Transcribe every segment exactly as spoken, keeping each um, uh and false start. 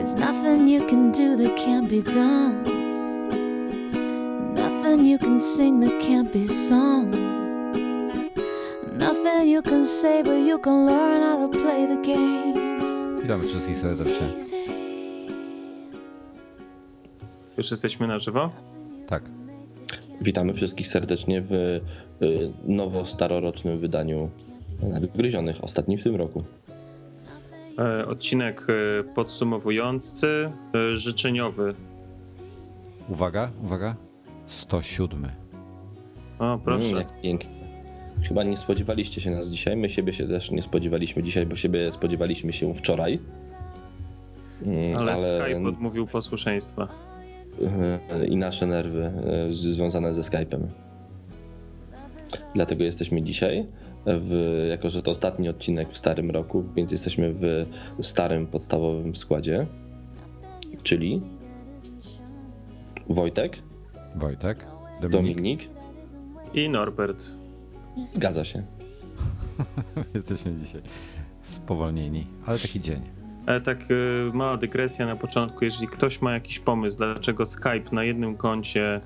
There's nothing you can do that can't be done. Nothing you can sing that can't be sung. Nothing you can say, but you can learn how to play the game. Witam wszystkich serdecznie. Już jesteśmy na żywo? Tak. Witamy wszystkich serdecznie w nowo-starorocznym wydaniu Nadgryzionych, ostatnim w tym roku. Odcinek podsumowujący, życzeniowy. Uwaga, uwaga. sto siódmy. O, proszę. Mm, jak pięknie. Chyba nie spodziewaliście się nas dzisiaj. My siebie się też nie spodziewaliśmy dzisiaj, bo siebie spodziewaliśmy się wczoraj. Mm, ale, ale Skype odmówił posłuszeństwa. I nasze nerwy związane ze Skype'em. Dlatego jesteśmy dzisiaj, w, jako że to ostatni odcinek w starym roku, więc jesteśmy w starym, podstawowym składzie, czyli Wojtek, Wojtek, Dominik, Dominik i Norbert. Zgadza się. Jesteśmy dzisiaj spowolnieni, ale taki dzień. Ale tak mała dygresja na początku. Jeżeli ktoś ma jakiś pomysł, dlaczego Skype na jednym koncie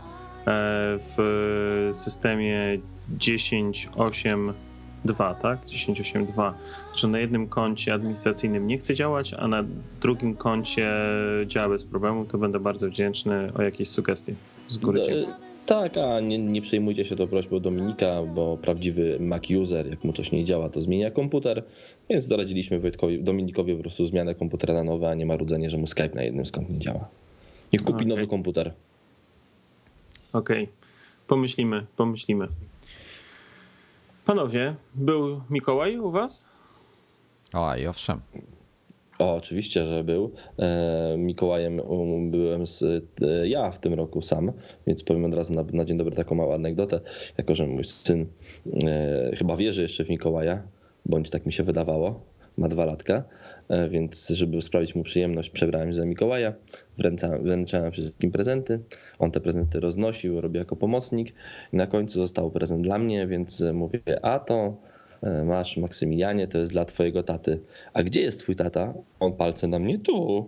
w systemie dziesięć osiem dwa, tak? dziesięć osiem dwa, że na jednym koncie administracyjnym nie chce działać, a na drugim koncie działa bez problemu, to będę bardzo wdzięczny o jakieś sugestie. Z góry dziękuję. Tak, a nie, nie przejmujcie się to prośbą Dominika, bo prawdziwy Mac user, jak mu coś nie działa, to zmienia komputer, więc doradziliśmy Wojtkowi, Dominikowi po prostu zmianę komputera na nowe, a nie marudzenie, że mu Skype na jednym skąd nie działa. Niech kupi okay. nowy komputer. Okej, okay. pomyślimy, pomyślimy. Panowie, był Mikołaj u was? O, i owszem. O, oczywiście, że był. Mikołajem byłem z, ja w tym roku sam, więc powiem od razu na, na dzień dobry taką małą anegdotę, jako że mój syn e, chyba wierzy jeszcze w Mikołaja, bądź tak mi się wydawało, ma dwa latka, e, więc żeby sprawić mu przyjemność, przebrałem się za Mikołaja, wręczałem, wręczałem wszystkim prezenty, on te prezenty roznosił, robił jako pomocnik i na końcu został prezent dla mnie, więc mówię, a to masz, Maksymilianie, to jest dla twojego taty. A gdzie jest twój tata? On palce na mnie, tu.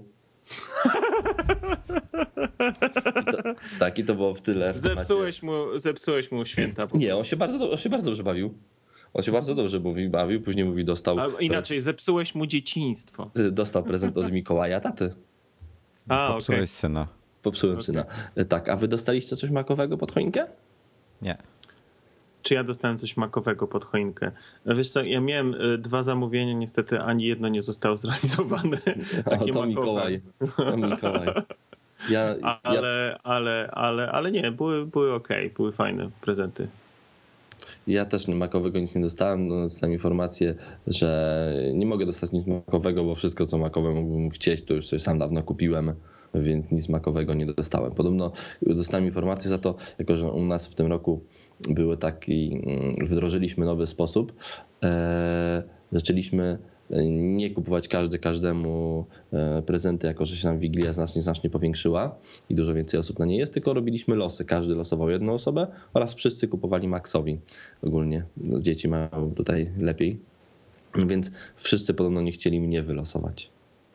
I to, tak, i to było w tyle. W zepsułeś, mu, zepsułeś mu święta. Nie, on się, bardzo, on się bardzo dobrze bawił. On się bardzo dobrze mówił, bawił, później mówi, dostał... A inaczej, zepsułeś mu dzieciństwo. Dostał prezent od Mikołaja, taty. A, Popsułeś okay. syna. Popsułem okay. syna. Tak, a wy dostaliście coś makowego pod choinkę? Nie. Czy ja dostałem coś makowego pod choinkę? Wiesz co, ja miałem dwa zamówienia, niestety ani jedno nie zostało zrealizowane. Takie o, to Mikołaj. To Mikołaj. Ja, ale, ja... ale, ale, ale nie, były, były okej, okay, były fajne prezenty. Ja też makowego nic nie dostałem. Dostałem informację, że nie mogę dostać nic makowego, bo wszystko, co makowe mógłbym chcieć, to już sobie sam dawno kupiłem, więc nic makowego nie dostałem. Podobno dostałem informację za to, jako że u nas w tym roku były taki, wdrożyliśmy nowy sposób. Zaczęliśmy nie kupować każdy każdemu prezenty, jako że się nam Wigilia znacznie, znacznie powiększyła i dużo więcej osób na niej jest, tylko robiliśmy losy. Każdy losował jedną osobę oraz wszyscy kupowali Maxowi. Ogólnie dzieci mają tutaj lepiej, więc wszyscy podobno nie chcieli mnie wylosować.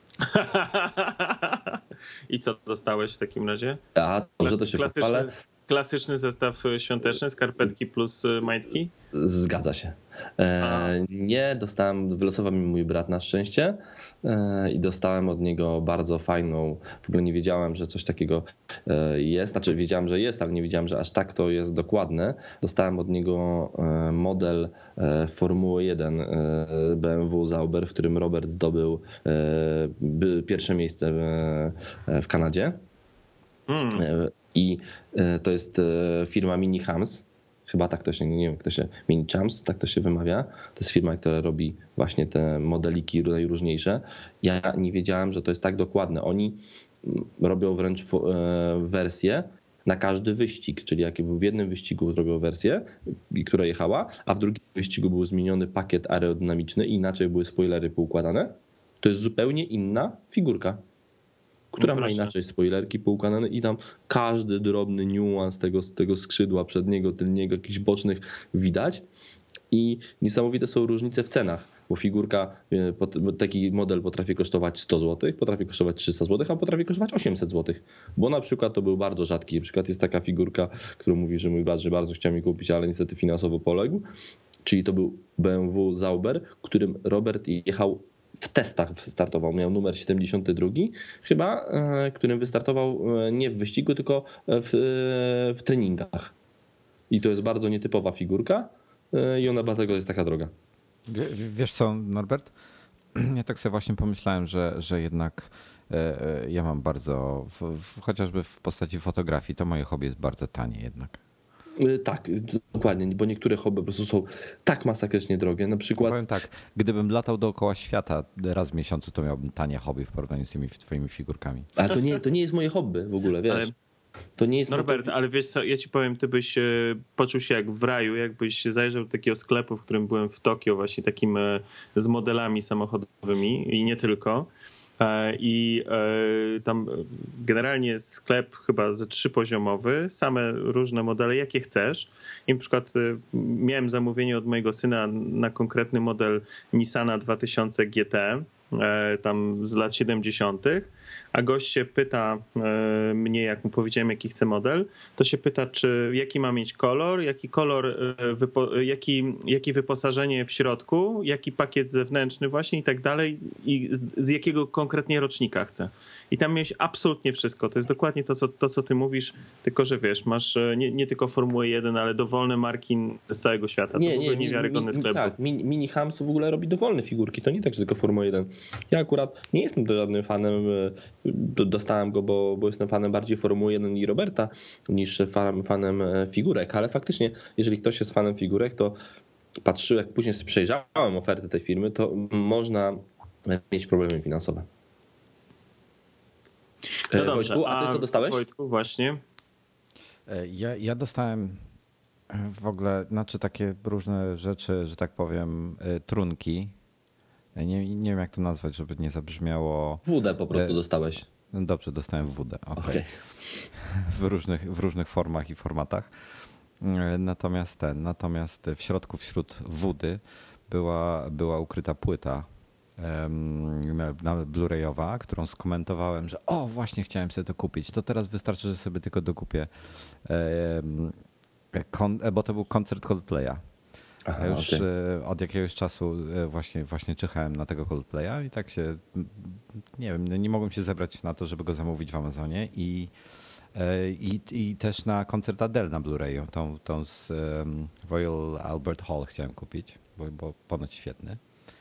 I co dostałeś w takim razie? A, dobrze, to się klasyczny, pochwalę. Klasyczny zestaw świąteczny, skarpetki plus majtki? Zgadza się. E, nie, dostałem, wylosował mi mój brat na szczęście e, i dostałem od niego bardzo fajną, w ogóle nie wiedziałem, że coś takiego jest, znaczy wiedziałem, że jest, ale nie wiedziałem, że aż tak to jest dokładne. Dostałem od niego model Formuły jeden B M W Sauber, w którym Robert zdobył pierwsze miejsce w Kanadzie. Hmm. I to jest firma Mini Hams. Chyba tak to się, nie wiem, jak to się, Mini Champs, tak to się wymawia. To jest firma, która robi właśnie te modeliki najróżniejsze. Ja nie wiedziałem, że to jest tak dokładne. Oni robią wręcz wersję na każdy wyścig, czyli jak był w jednym wyścigu zrobił wersję, która jechała, a w drugim wyścigu był zmieniony pakiet aerodynamiczny i inaczej były spoilery poukładane. To jest zupełnie inna figurka, która no ma inaczej spoilerki poukładane i tam każdy drobny niuans tego, tego skrzydła przedniego, tylniego, jakichś bocznych widać i niesamowite są różnice w cenach. bo figurka, taki model potrafi kosztować sto złotych, potrafi kosztować trzysta złotych, a potrafi kosztować osiemset złotych, bo na przykład to był bardzo rzadki. Na przykład jest taka figurka, którą mówi, że mój brat, że bardzo chciał mi kupić, ale niestety finansowo poległ, czyli to był B M W Zauber, którym Robert jechał w testach startował, miał numer siedemdziesiąty drugi chyba, którym wystartował nie w wyścigu, tylko w, w treningach. I to jest bardzo nietypowa figurka i ona dlatego jest taka droga. Wiesz co, Norbert? Ja tak sobie właśnie pomyślałem, że, że jednak ja mam bardzo, w, w, chociażby w postaci fotografii, to moje hobby jest bardzo tanie jednak. Tak, dokładnie, bo niektóre hobby po prostu są tak masakrycznie drogie. Na przykład. Powiem tak, gdybym latał dookoła świata raz w miesiącu, to miałbym tanie hobby w porównaniu z tymi twoimi figurkami. Ale to nie, to nie jest moje hobby w ogóle, wiesz. Ale... To nie jest Norbert, moje... ale wiesz co, ja ci powiem, ty byś poczuł się jak w raju, jakbyś zajrzał do takiego sklepu, w którym byłem w Tokio, właśnie takim z modelami samochodowymi i nie tylko. I tam generalnie sklep chyba ze trzypoziomowy, same różne modele, jakie chcesz. I na przykład miałem zamówienie od mojego syna na konkretny model Nissana dwa tysiące G T, tam z lat siedemdziesiątych, a gość się pyta mnie, jak mu powiedziałem, jaki chce model, to się pyta, czy jaki ma mieć kolor, jaki kolor, jaki, jaki wyposażenie w środku, jaki pakiet zewnętrzny właśnie i tak dalej i z, z jakiego konkretnie rocznika chce. I tam miałeś absolutnie wszystko. To jest dokładnie to, co, to, co ty mówisz, tylko że wiesz, masz nie, nie tylko Formułę jeden, ale dowolne marki z całego świata. Nie, to w ogóle nie, niewiarygodny mi, sklep. Tak, Mini, Mini Hams w ogóle robi dowolne figurki. To nie tak, że tylko Formuła jeden. Ja akurat nie jestem żadnym fanem, dostałem go, bo, bo jestem fanem bardziej Formuły jeden i Roberta niż fanem figurek, ale faktycznie, jeżeli ktoś jest fanem figurek, to patrzyłem, jak później przejrzałem ofertę tej firmy, to można mieć problemy finansowe. No dobrze, Wojtku, a ty co dostałeś? Wojtku, właśnie. Ja, ja dostałem w ogóle, znaczy takie różne rzeczy, że tak powiem, trunki. Nie, nie wiem jak to nazwać, żeby nie zabrzmiało... Wódę po prostu dostałeś. No dobrze, dostałem wódę, okej. Okay. Okay. W, różnych, w różnych formach i formatach. Natomiast ten, natomiast w środku, wśród wódy była, była ukryta płyta Blu-rayowa, którą skomentowałem, że o, właśnie chciałem sobie to kupić. To teraz wystarczy, że sobie tylko dokupię, bo to był koncert Coldplaya. Aha, ja już okay. Od jakiegoś czasu właśnie, właśnie czyhałem na tego Coldplaya i tak się, nie wiem, nie mogłem się zebrać na to, żeby go zamówić w Amazonie i, i, i też na koncert Adele na Blu-rayu, tą, tą z Royal Albert Hall chciałem kupić, bo, bo ponoć świetny.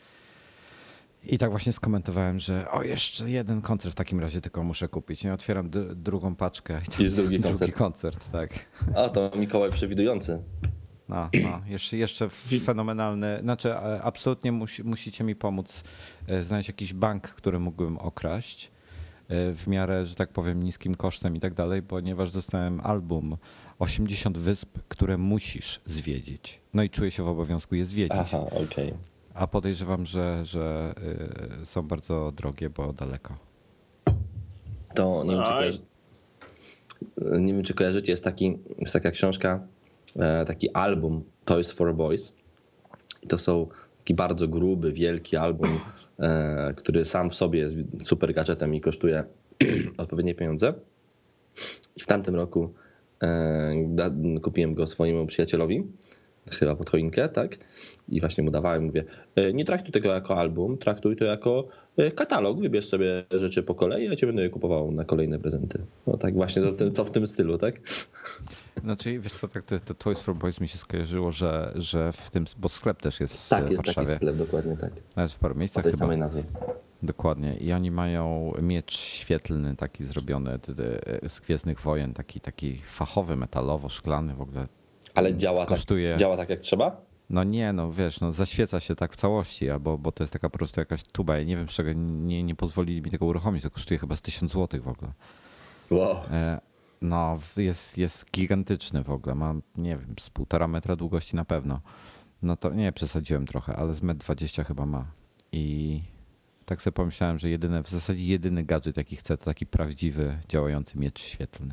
I tak właśnie skomentowałem, że o, jeszcze jeden koncert w takim razie tylko muszę kupić. Nie otwieram d- drugą paczkę i tam jest drugi, drugi koncert. koncert. Tak. A to Mikołaj przewidujący. No, no jeszcze, jeszcze fenomenalny. Znaczy absolutnie musi, musicie mi pomóc znaleźć jakiś bank, który mógłbym okraść w miarę, że tak powiem, niskim kosztem i tak dalej, ponieważ dostałem album osiemdziesiąt wysp, które musisz zwiedzić. No i czuję się w obowiązku je zwiedzić. Aha, okej. Okay. A podejrzewam, że, że są bardzo drogie, bo daleko. To nie wiem, czy kojarzy... nie wiem, czy kojarzycie, jest, taki, jest taka książka, taki album Toys for Boys. I to są taki bardzo gruby, wielki album, który sam w sobie jest super gadżetem i kosztuje odpowiednie pieniądze. I w tamtym roku kupiłem go swojemu przyjacielowi, chyba pod choinkę, tak? I właśnie mu dawałem, mówię, nie traktuj tego jako album, traktuj to jako katalog, wybierz sobie rzeczy po kolei, a ja cię będę je kupował na kolejne prezenty. No tak właśnie, to, to w tym stylu, tak? Znaczy, wiesz co, tak to, to Toys for Boys mi się skojarzyło, że, że w tym, bo sklep też jest tak, w jest Warszawie. Tak, jest taki sklep, dokładnie tak. Nawet w paru miejscach o tej chyba. samej nazwie. Dokładnie. I oni mają miecz świetlny taki zrobiony z Gwiezdnych Wojen, taki, taki fachowy, metalowo-szklany w ogóle. Ale działa, kosztuje... tak, działa tak jak trzeba? No nie, no wiesz, no zaświeca się tak w całości, albo, bo to jest taka po prostu jakaś tuba. Ja nie wiem, z czego nie, nie pozwolili mi tego uruchomić. To kosztuje chyba z tysiąc złotych w ogóle. Wow. No jest, jest gigantyczny w ogóle. Ma, nie wiem, z półtora metra długości na pewno. No to nie, przesadziłem trochę, ale z metr dwadzieścia chyba ma. I tak sobie pomyślałem, że jedyne, w zasadzie jedyny gadżet, jaki chcę, to taki prawdziwy, działający miecz świetlny.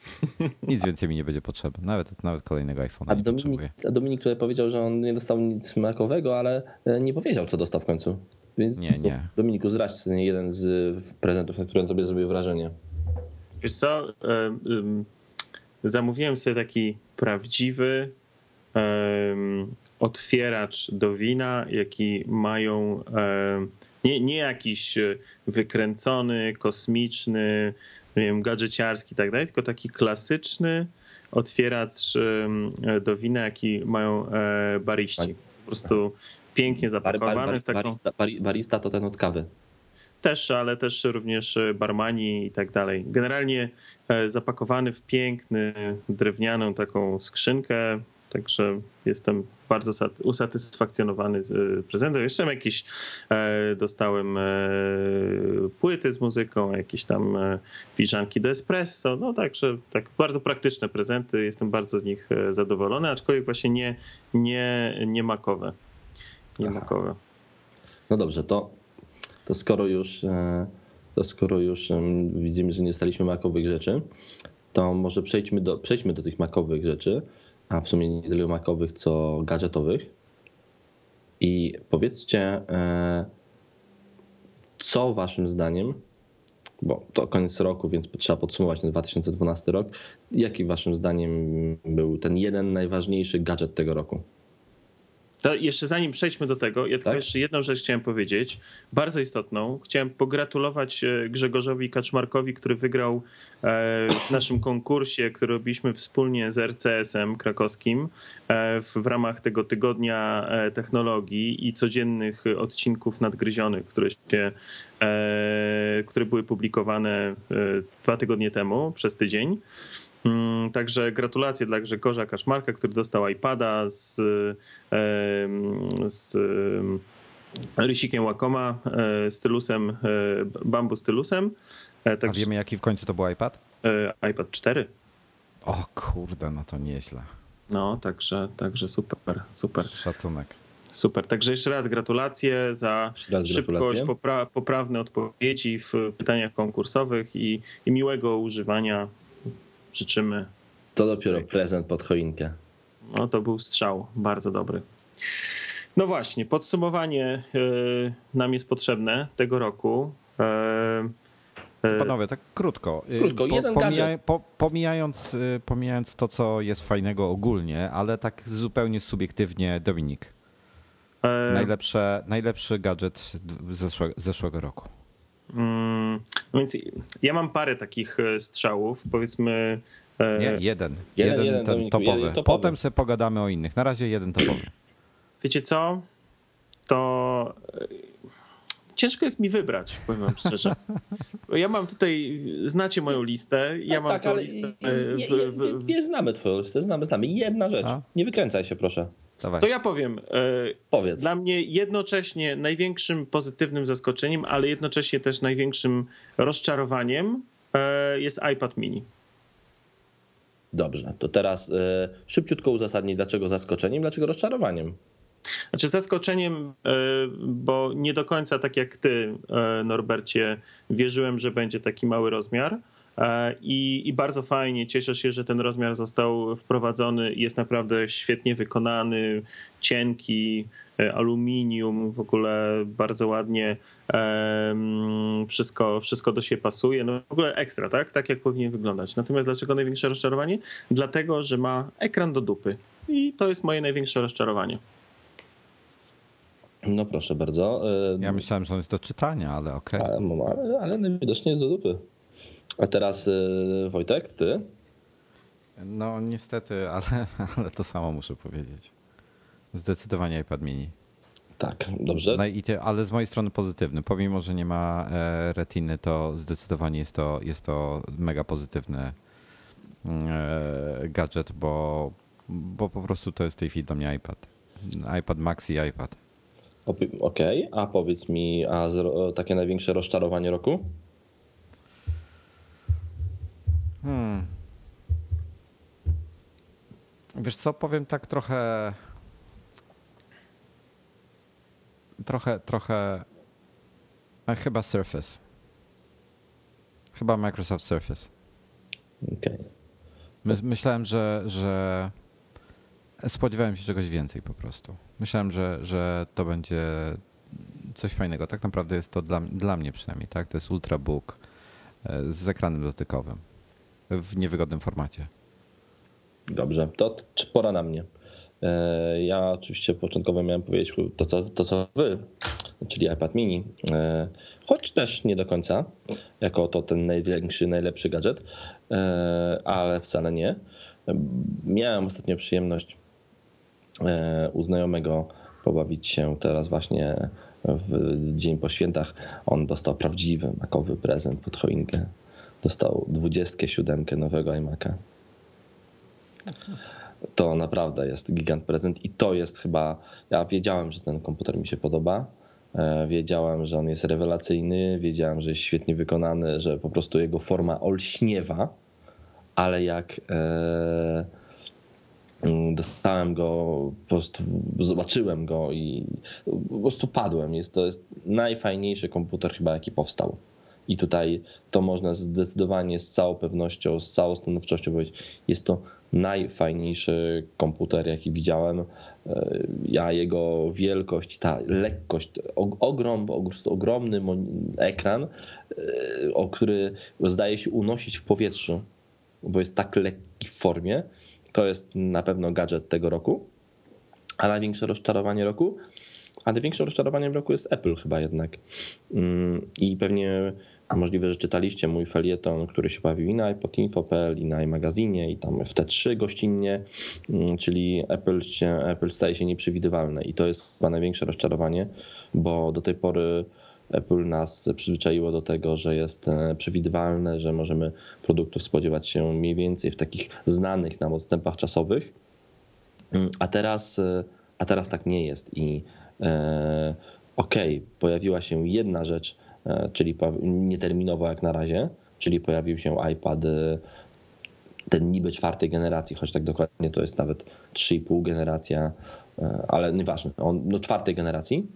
Nic więcej mi nie będzie potrzebne. Nawet, nawet kolejnego iPhone'a nie Dominik, potrzebuję. a Dominik tutaj powiedział, że on nie dostał nic makowego, ale nie powiedział, co dostał w końcu. Więc Nie, nie. Dominiku, zdradź sobie jeden z prezentów, na którym tobie zrobił wrażenie. Wiesz co, zamówiłem sobie taki prawdziwy otwieracz do wina, jaki mają nie, nie jakiś wykręcony, kosmiczny, nie wiem, gadżeciarski i tak dalej, tylko taki klasyczny otwieracz do wina, jaki mają bariści. Po prostu pięknie zapakowany. Bar, bar, bar, z taką... barista, barista to ten od kawy. Też, ale też również barmani i tak dalej. Generalnie zapakowany w piękny, drewnianą taką skrzynkę, także jestem bardzo usatysfakcjonowany z prezentem. Jeszcze jakieś dostałem płyty z muzyką, jakieś tam filiżanki do espresso, no także tak bardzo praktyczne prezenty, jestem bardzo z nich zadowolony, aczkolwiek właśnie nie, nie, nie makowe. Nie makowe. No dobrze, to To skoro już, to skoro już widzimy, że nie staliśmy makowych rzeczy, to może przejdźmy do, przejdźmy do tych makowych rzeczy, a w sumie nie tyle makowych, co gadżetowych. I powiedzcie, co waszym zdaniem, bo to koniec roku, więc trzeba podsumować ten dwa tysiące dwunasty rok, jaki waszym zdaniem był ten jeden najważniejszy gadżet tego roku? To jeszcze zanim przejdźmy do tego, ja tylko tak? jeszcze jedną rzecz chciałem powiedzieć, bardzo istotną. Chciałem pogratulować Grzegorzowi Kaczmarkowi, który wygrał w naszym konkursie, który robiliśmy wspólnie z R C S-em krakowskim w ramach tego tygodnia technologii i codziennych odcinków nadgryzionych, które, się, które były publikowane dwa tygodnie temu przez tydzień. Także gratulacje dla Grzegorza Kaczmarka, który dostał iPada z, z rysikiem Wacoma, stylusem, bambu stylusem. Także, a wiemy, jaki w końcu to był iPad? iPad cztery. O kurde, no to nieźle. No, także, także super, super. Szacunek. Super, także jeszcze raz gratulacje za raz szybkość, gratulacje. popra- poprawne odpowiedzi w pytaniach konkursowych i, i miłego używania. Życzymy. To dopiero prezent pod choinkę. No to był strzał, bardzo dobry. No właśnie, podsumowanie y, nam jest potrzebne tego roku. Y, y, Panowie, tak krótko. Krótko, jeden pomija, po, pomijając, pomijając to, co jest fajnego ogólnie, ale tak zupełnie subiektywnie, Dominik. y, Najlepsze, najlepszy gadżet zeszłe, zeszłego roku. Mm, no więc ja mam parę takich strzałów, powiedzmy. Nie, jeden. Jeden, jeden, jeden ten Dominiku, topowy. jeden topowy. Potem sobie pogadamy o innych. Na razie jeden topowy. Wiecie co? To ciężko jest mi wybrać, powiem wam szczerze. Ja mam tutaj, znacie moją listę. Ja tak, mam tak, tą ale listę. nie, nie, nie, nie znamy twoją listę, znamy, znamy. Jedna rzecz. A? Nie wykręcaj się, proszę. Dawaj. To ja powiem. Powiedz. Dla mnie jednocześnie największym pozytywnym zaskoczeniem, ale jednocześnie też największym rozczarowaniem jest iPad mini. Dobrze, to teraz y, szybciutko uzasadnij, dlaczego zaskoczeniem, dlaczego rozczarowaniem. Znaczy zaskoczeniem, bo nie do końca tak jak ty, Norbercie, wierzyłem, że będzie taki mały rozmiar. I, I bardzo fajnie, cieszę się, że ten rozmiar został wprowadzony. Jest naprawdę świetnie wykonany, cienki, aluminium, w ogóle bardzo ładnie wszystko, wszystko do siebie pasuje. No w ogóle ekstra, tak? Tak jak powinien wyglądać. Natomiast dlaczego największe rozczarowanie? Dlatego, że ma ekran do dupy. I to jest moje największe rozczarowanie. No proszę bardzo. Ja myślałem, że on jest do czytania, ale okej. Okay. Ale, ale, ale najwidoczniej jest do dupy. A teraz Wojtek, ty? No niestety, ale, ale to samo muszę powiedzieć. Zdecydowanie iPad mini. Tak, dobrze. No i te, ale z mojej strony pozytywny. Pomimo, że nie ma e, retiny, to zdecydowanie jest to, jest to mega pozytywny e, gadżet, bo, bo po prostu to jest w tej chwili dla mnie iPad. iPad Max i iPad. Okej, okay. A powiedz mi, a z, takie największe rozczarowanie roku? Hmm. Wiesz co, powiem tak trochę trochę, trochę a chyba Surface. Chyba Microsoft Surface. Okej. Okay. My, myślałem, że, że spodziewałem się czegoś więcej po prostu. Myślałem, że, że to będzie coś fajnego. Tak naprawdę jest to dla, dla mnie przynajmniej, tak? To jest Ultrabook z ekranem dotykowym w niewygodnym formacie. Dobrze, to pora na mnie. Ja oczywiście początkowo miałem powiedzieć to co, to, co wy, czyli iPad mini, choć też nie do końca, jako to ten największy, najlepszy gadżet, ale wcale nie. Miałem ostatnio przyjemność u znajomego pobawić się teraz właśnie w dzień po świętach. On dostał prawdziwy makowy prezent pod choinkę. Dostał dwudziestkę siódemkę nowego iMac'a. To naprawdę jest gigant prezent i to jest chyba, ja wiedziałem, że ten komputer mi się podoba, wiedziałem, że on jest rewelacyjny, wiedziałem, że jest świetnie wykonany, że po prostu jego forma olśniewa, ale jak e, dostałem go, po prostu zobaczyłem go i po prostu padłem. Jest, to jest najfajniejszy komputer chyba, jaki powstał. I tutaj to można zdecydowanie z całą pewnością, z całą stanowczością powiedzieć, jest to najfajniejszy komputer, jaki widziałem. Ja jego wielkość, ta lekkość, ogrom, po prostu ogromny ekran, o który zdaje się unosić w powietrzu, bo jest tak lekki w formie, to jest na pewno gadżet tego roku. A największe rozczarowanie roku? A największe rozczarowanie roku jest Apple chyba jednak. I pewnie możliwe, że czytaliście mój felieton, który się pojawił i na iPodinfo kropka p l, i na iMagazinie, i tam w T trzy gościnnie, czyli Apple, się, Apple staje się nieprzewidywalne i to jest chyba największe rozczarowanie, bo do tej pory Apple nas przyzwyczaiło do tego, że jest przewidywalne, że możemy produktów spodziewać się mniej więcej w takich znanych nam odstępach czasowych, a teraz, a teraz tak nie jest i e, okej, okay, pojawiła się jedna rzecz, czyli nieterminowo jak na razie, czyli pojawił się iPad ten niby czwartej generacji, choć tak dokładnie to jest nawet trzy i pół generacja, ale nieważne, on, no czwartej generacji,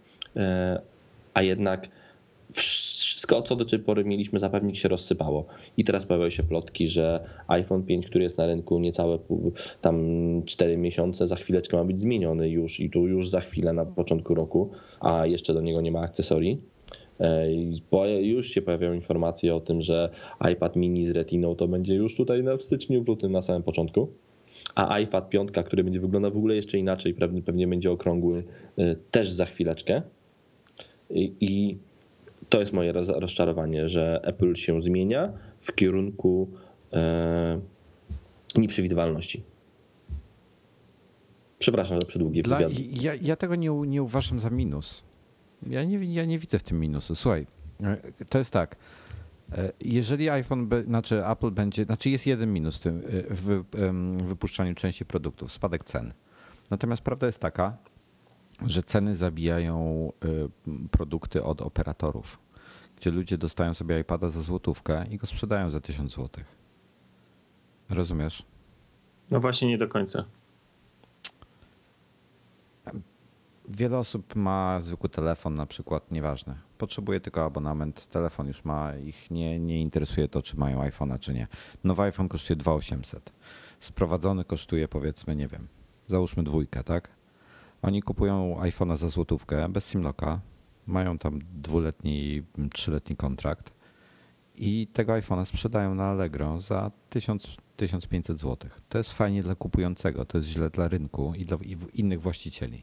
a jednak wszystko, co do tej pory mieliśmy zapewnić, się rozsypało. I teraz pojawiają się plotki, że iPhone pięć, który jest na rynku niecałe pół, tam cztery miesiące, za chwileczkę ma być zmieniony już i tu już za chwilę na początku roku, a jeszcze do niego nie ma akcesorii. Już się pojawiają informacje o tym, że iPad mini z Retiną to będzie już tutaj w styczniu, w lutym na samym początku, a iPad pięć, który będzie wyglądał w ogóle jeszcze inaczej, pewnie, pewnie będzie okrągły, też za chwileczkę. I, i to jest moje rozczarowanie, że Apple się zmienia w kierunku e, nieprzewidywalności. Przepraszam za przydługi wywiad. Ja, ja tego nie, nie uważam za minus. Ja nie, ja nie widzę w tym minusu. Słuchaj, to jest tak. Jeżeli iPhone, znaczy Apple będzie, znaczy jest jeden minus w tym w wypuszczaniu części produktów, spadek cen. Natomiast prawda jest taka, że ceny zabijają produkty od operatorów, gdzie ludzie dostają sobie iPada za złotówkę i go sprzedają za tysiąc złotych. Rozumiesz? No właśnie nie do końca. Wiele osób ma zwykły telefon na przykład, nieważne. Potrzebuje tylko abonament, telefon już ma, ich nie, nie interesuje to, czy mają iPhone'a, czy nie. Nowy iPhone kosztuje dwa tysiące osiemset. Sprowadzony kosztuje, powiedzmy, nie wiem, załóżmy dwójkę, tak? Oni kupują iPhone'a za złotówkę bez SIM-locka, mają tam dwuletni, trzyletni kontrakt i tego iPhone'a sprzedają na Allegro za tysiąc do tysiąca pięćset złotych. To jest fajnie dla kupującego, to jest źle dla rynku i dla innych właścicieli.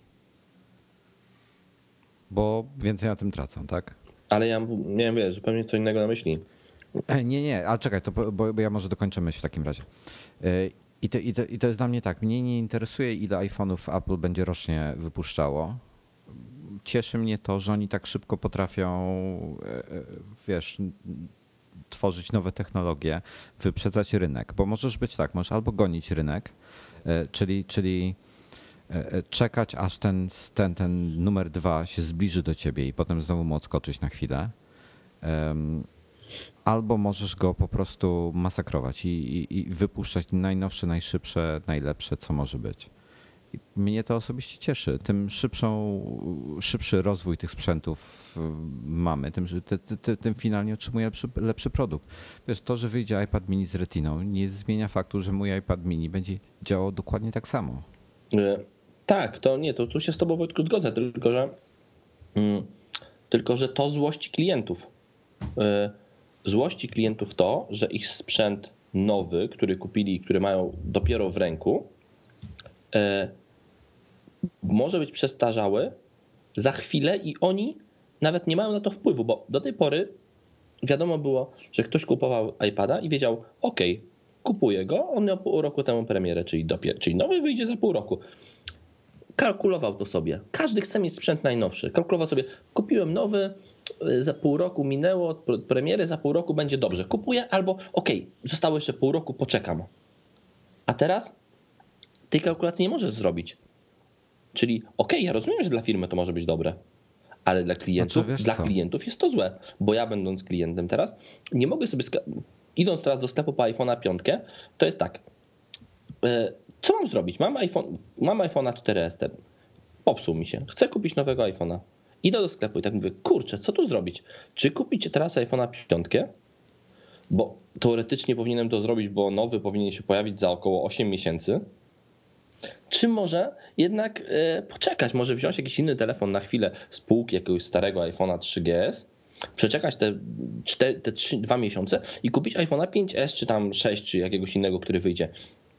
Bo więcej na tym tracą, tak? Ale ja miałem, wiesz, zupełnie co innego na myśli. Nie, nie, ale czekaj, to, bo, bo ja może dokończę myśl w takim razie. I to, i, to, I to jest dla mnie tak, mnie nie interesuje, ile iPhone'ów Apple będzie rocznie wypuszczało. Cieszy mnie to, że oni tak szybko potrafią, wiesz, tworzyć nowe technologie, wyprzedzać rynek, bo możesz być tak, możesz albo gonić rynek, czyli, czyli czekać, aż ten, ten, ten numer dwa się zbliży do ciebie i potem znowu mu odskoczyć na chwilę. Albo możesz go po prostu masakrować i, i, i wypuszczać najnowsze, najszybsze, najlepsze, co może być. Mnie to osobiście cieszy. Tym szybszą, szybszy rozwój tych sprzętów mamy, tym, że te, te, tym finalnie otrzymuję lepszy, lepszy produkt. Wiesz, to, że wyjdzie iPad mini z Retiną, nie zmienia faktu, że mój iPad mini będzie działał dokładnie tak samo. Tak, to nie, to tu się z tobą, Wojtku, zgodzę, tylko że, mm, tylko że to złości klientów. Złości klientów to, że ich sprzęt nowy, który kupili, który mają dopiero w ręku, może być przestarzały za chwilę i oni nawet nie mają na to wpływu, bo do tej pory wiadomo było, że ktoś kupował iPada i wiedział, ok, kupuję go, on miał pół roku temu premierę, czyli, dopiero, czyli nowy wyjdzie za pół roku. Kalkulował to sobie. Każdy chce mieć sprzęt najnowszy. Kalkulował sobie, kupiłem nowy, za pół roku minęło od premiery, za pół roku będzie dobrze. Kupuję albo ok, zostało jeszcze pół roku, poczekam. A teraz tej kalkulacji nie możesz zrobić. Czyli ok, ja rozumiem, że dla firmy to może być dobre, ale dla klientów, znaczy, dla co? klientów jest to złe, bo ja będąc klientem teraz nie mogę sobie, idąc teraz do sklepu po iPhone'a pięć, to jest tak, co mam zrobić? Mam iPhone, mam iPhone'a cztery S, popsuł mi się, chcę kupić nowego iPhone'a. Idę do sklepu i tak mówię, kurczę, co tu zrobić? Czy kupić teraz iPhone'a pięć? Bo teoretycznie powinienem to zrobić, bo nowy powinien się pojawić za około osiem miesięcy. Czy może jednak poczekać, może wziąć jakiś inny telefon na chwilę z półki jakiegoś starego iPhone'a trzy G S, przeczekać te, cztery, te trzy, dwa miesiące i kupić iPhone'a pięć S czy tam sześć czy jakiegoś innego, który wyjdzie.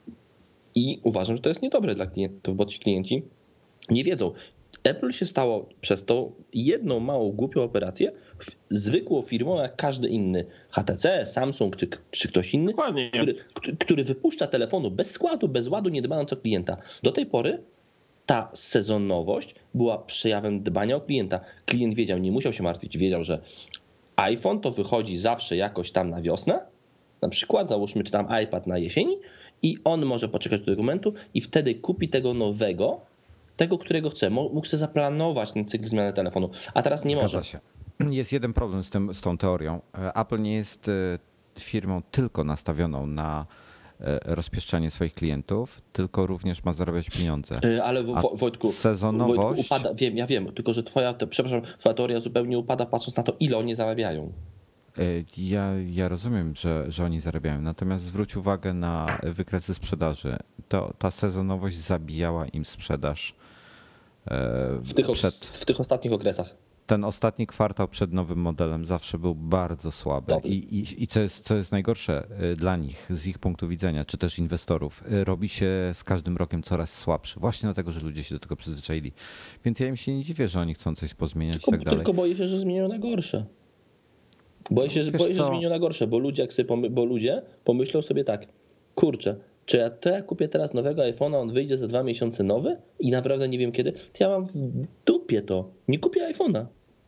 I uważam, że to jest niedobre dla klientów, bo ci klienci nie wiedzą. Apple się stało przez to jedną małą głupią operację zwykłą firmą jak każdy inny. H T C, Samsung czy, czy ktoś inny, który, który wypuszcza telefonu bez składu, bez ładu, nie dbając o klienta. Do tej pory ta sezonowość była przejawem dbania o klienta. Klient wiedział, nie musiał się martwić, wiedział, że iPhone to wychodzi zawsze jakoś tam na wiosnę, na przykład załóżmy, czy tam iPad na jesieni i on może poczekać do tego momentu i wtedy kupi tego nowego, tego, którego chce. Mógł sobie zaplanować ten cykl zmiany telefonu, a teraz nie Zgadza może. się. Jest jeden problem z, tym, z tą teorią. Apple nie jest firmą tylko nastawioną na rozpieszczanie swoich klientów, tylko również ma zarabiać pieniądze. Ale Wo- Wojtku, sezonowość... Wojtku upada, wiem, ja wiem, tylko że twoja, to, przepraszam, twoja teoria zupełnie upada, patrząc na to, ile oni zarabiają. Ja, ja rozumiem, że, że oni zarabiają, natomiast zwróć uwagę na wykresy sprzedaży. To, ta sezonowość zabijała im sprzedaż. W tych, przed, w tych ostatnich okresach. Ten ostatni kwartał przed nowym modelem zawsze był bardzo słaby. I, i, i co, jest, co jest najgorsze dla nich, z ich punktu widzenia, czy też inwestorów, robi się z każdym rokiem coraz słabszy. Właśnie dlatego, że ludzie się do tego przyzwyczaili. Więc ja im się nie dziwię, że oni chcą coś pozmieniać tylko, i tak dalej. Tylko boję się, że zmienią na gorsze. Boję się, że, boję się, że zmienią na gorsze, bo ludzie, jak sobie pomy- bo ludzie pomyślą sobie tak, kurczę, czy ja, to ja kupię teraz nowego iPhone'a, on wyjdzie za dwa miesiące nowy i naprawdę nie wiem kiedy, to ja mam w dupie to, nie kupię iPhone'a.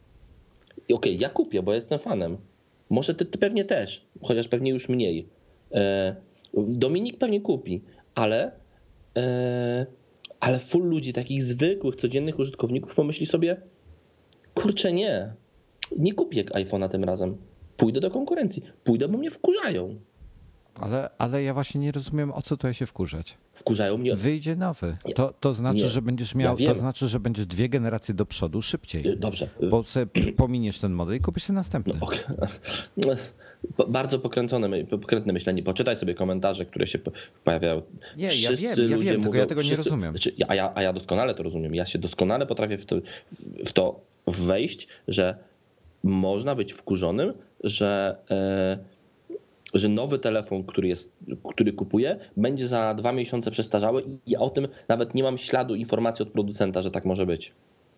I okej, okay, ja kupię, bo jestem fanem. Może ty, ty pewnie też, chociaż pewnie już mniej. E, Dominik pewnie kupi, ale, e, ale full ludzi, takich zwykłych, codziennych użytkowników pomyśli sobie, kurczę nie, nie kupię iPhone'a tym razem. Pójdę do konkurencji. Pójdę, bo mnie wkurzają. Ale, ale ja właśnie nie rozumiem, o co tu się wkurzać. Wkurzają mnie. Wyjdzie nowy. To, to znaczy, nie. że będziesz miał, ja to znaczy, że będziesz dwie generacje do przodu szybciej. Dobrze. Bo sobie pominiesz ten model i kupisz sobie następny. No, okay. Bardzo pokręcone, pokrętne myślenie. Poczytaj sobie komentarze, które się pojawiają. Nie, wszyscy ja wiem, ja wiem, mówią, tylko ja tego wszyscy, nie rozumiem. Znaczy, a, ja, a ja doskonale to rozumiem. Ja się doskonale potrafię w to, w to wejść, że można być wkurzonym, że, e, że nowy telefon, który, jest, który kupuję, będzie za dwa miesiące przestarzały i ja o tym nawet nie mam śladu informacji od producenta, że tak może być.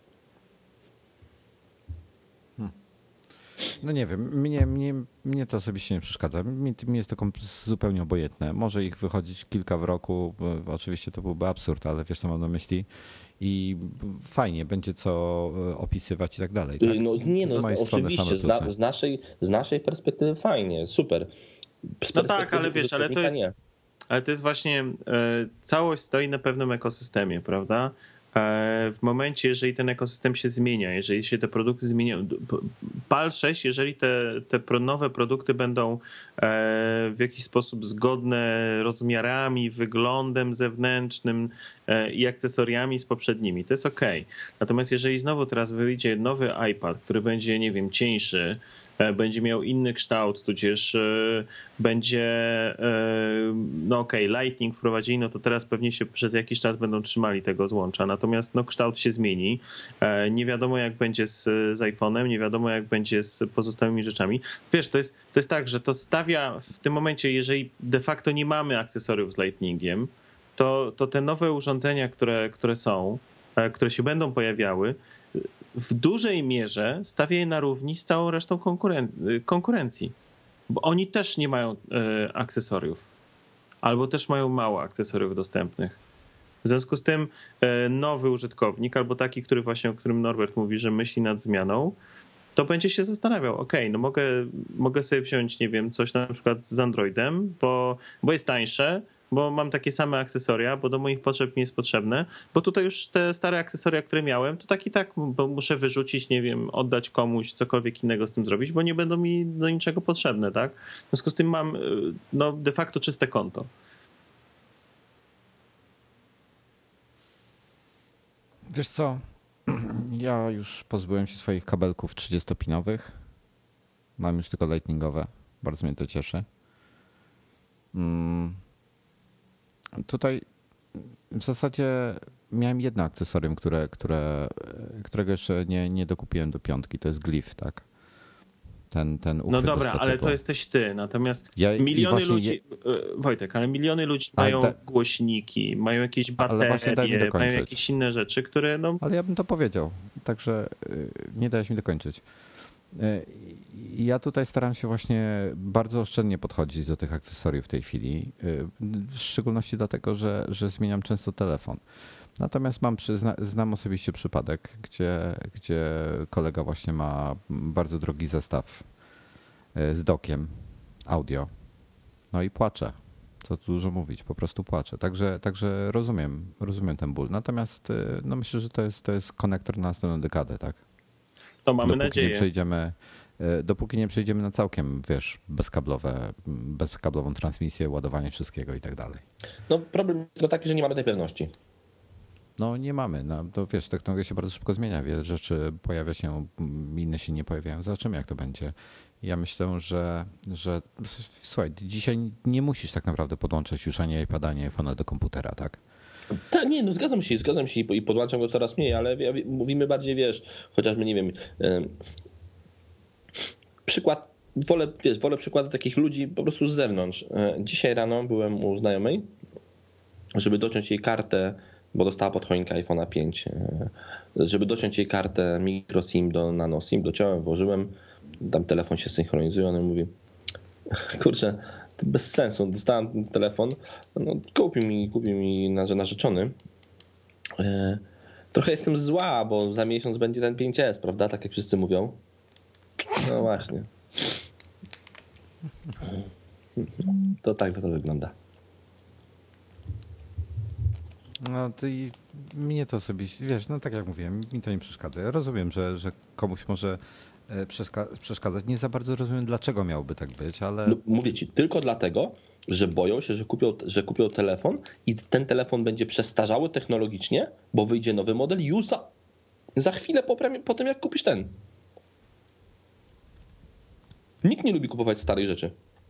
Hmm. No nie wiem, mnie, mnie, mnie to osobiście nie przeszkadza. Mi, mi jest to zupełnie obojętne. Może ich wychodzić kilka w roku, oczywiście to byłby absurd, ale wiesz co mam na myśli. I fajnie, będzie co opisywać i tak dalej. Tak? No nie, no oczywiście, z, na, z, naszej, z naszej perspektywy fajnie, super. No tak, ale wiesz, ale to jest, ale to jest właśnie, całość stoi na pewnym ekosystemie, prawda? w momencie, jeżeli ten ekosystem się zmienia, jeżeli się te produkty zmieniają, pal sześć, jeżeli te, te nowe produkty będą w jakiś sposób zgodne rozmiarami, wyglądem zewnętrznym i akcesoriami z poprzednimi, to jest ok. Natomiast jeżeli znowu teraz wyjdzie nowy iPad, który będzie, nie wiem, cieńszy, będzie miał inny kształt, tudzież będzie, no okej, okay, Lightning wprowadzili, no to teraz pewnie się przez jakiś czas będą trzymali tego złącza, natomiast no kształt się zmieni, nie wiadomo jak będzie z, z iPhone'em, nie wiadomo jak będzie z pozostałymi rzeczami. Wiesz, to jest, to jest tak, że to stawia w tym momencie, jeżeli de facto nie mamy akcesoriów z Lightningiem, to, to te nowe urządzenia, które, które są, które się będą pojawiały, w dużej mierze stawia je na równi z całą resztą konkuren- konkurencji, bo oni też nie mają e, akcesoriów, albo też mają mało akcesoriów dostępnych. W związku z tym e, nowy użytkownik, albo taki, który właśnie, o którym Norbert mówi, że myśli nad zmianą, to będzie się zastanawiał, ok, no mogę, mogę sobie wziąć, nie wiem, coś na przykład z Androidem, bo, bo jest tańsze, bo mam takie same akcesoria, bo do moich potrzeb nie jest potrzebne, bo tutaj już te stare akcesoria, które miałem, to tak i tak bo muszę wyrzucić, nie wiem, oddać komuś, cokolwiek innego z tym zrobić, bo nie będą mi do niczego potrzebne, tak? W związku z tym mam no, de facto czyste konto. Wiesz co, ja już pozbyłem się swoich kabelków trzydziestopinowych, mam już tylko lightningowe, bardzo mnie to cieszy. Mm. Tutaj w zasadzie miałem jedno akcesorium, które, które, którego jeszcze nie, nie dokupiłem do piątki. To jest Glyph, tak? Ten, ten No dobra, ale to jesteś ty. Natomiast ja, miliony ludzi, je... Wojtek, ale miliony ludzi mają da... głośniki, mają jakieś baterie, mają jakieś inne rzeczy, które no... Ale ja bym to powiedział, także nie dałeś mi dokończyć. Ja tutaj staram się właśnie bardzo oszczędnie podchodzić do tych akcesoriów w tej chwili, w szczególności dlatego, że, że zmieniam często telefon. Natomiast mam przyzna, znam osobiście przypadek, gdzie, gdzie kolega właśnie ma bardzo drogi zestaw z dockiem audio. No i płacze. Co tu dużo mówić, po prostu płacze. Także, także rozumiem, rozumiem ten ból. Natomiast no myślę, że to jest, to jest konektor na następną dekadę, tak? To mamy dopóki nadzieję. Nie przejdziemy, dopóki nie przejdziemy na całkiem, wiesz, bezkablowe, bezkablową transmisję, ładowanie wszystkiego i tak dalej. No problem jest taki, że nie mamy tej pewności. No nie mamy. No, to wiesz, technologia się bardzo szybko zmienia. Wiele rzeczy pojawia się, inne się nie pojawiają. Zobaczymy jak to będzie. Ja myślę, że, że słuchaj, dzisiaj nie musisz tak naprawdę podłączać już ani iPada, ani iPhone'a do komputera, tak? Tak, nie, no zgadzam się, zgadzam się i podłączam go coraz mniej, ale mówimy bardziej, wiesz, chociażby, nie wiem, yy, przykład, wolę, wiesz, wolę przykłady takich ludzi po prostu z zewnątrz. Yy, dzisiaj rano byłem u znajomej, żeby dociąć jej kartę, bo dostała pod choinkę iPhone'a pięć, yy, żeby dociąć jej kartę micro SIM do nano SIM, dociąłem, włożyłem, tam telefon się synchronizuje, on mówi, kurczę, to bez sensu, dostałem telefon, no, kupił mi, kupił mi narzeczony. Trochę jestem zła, bo za miesiąc będzie ten pięć S, prawda? Tak jak wszyscy mówią. No właśnie. To tak to wygląda. No to i mnie to osobiście, wiesz, no tak jak mówiłem, mi to nie przeszkadza. Ja rozumiem, że, że komuś może przeszkadzać. Nie za bardzo rozumiem, dlaczego miałoby tak być, ale... No, mówię ci, tylko dlatego, że boją się, że kupią, że kupią telefon i ten telefon będzie przestarzały technologicznie, bo wyjdzie nowy model już za, za chwilę po, po tym, jak kupisz ten. Nikt nie lubi kupować starej rzeczy.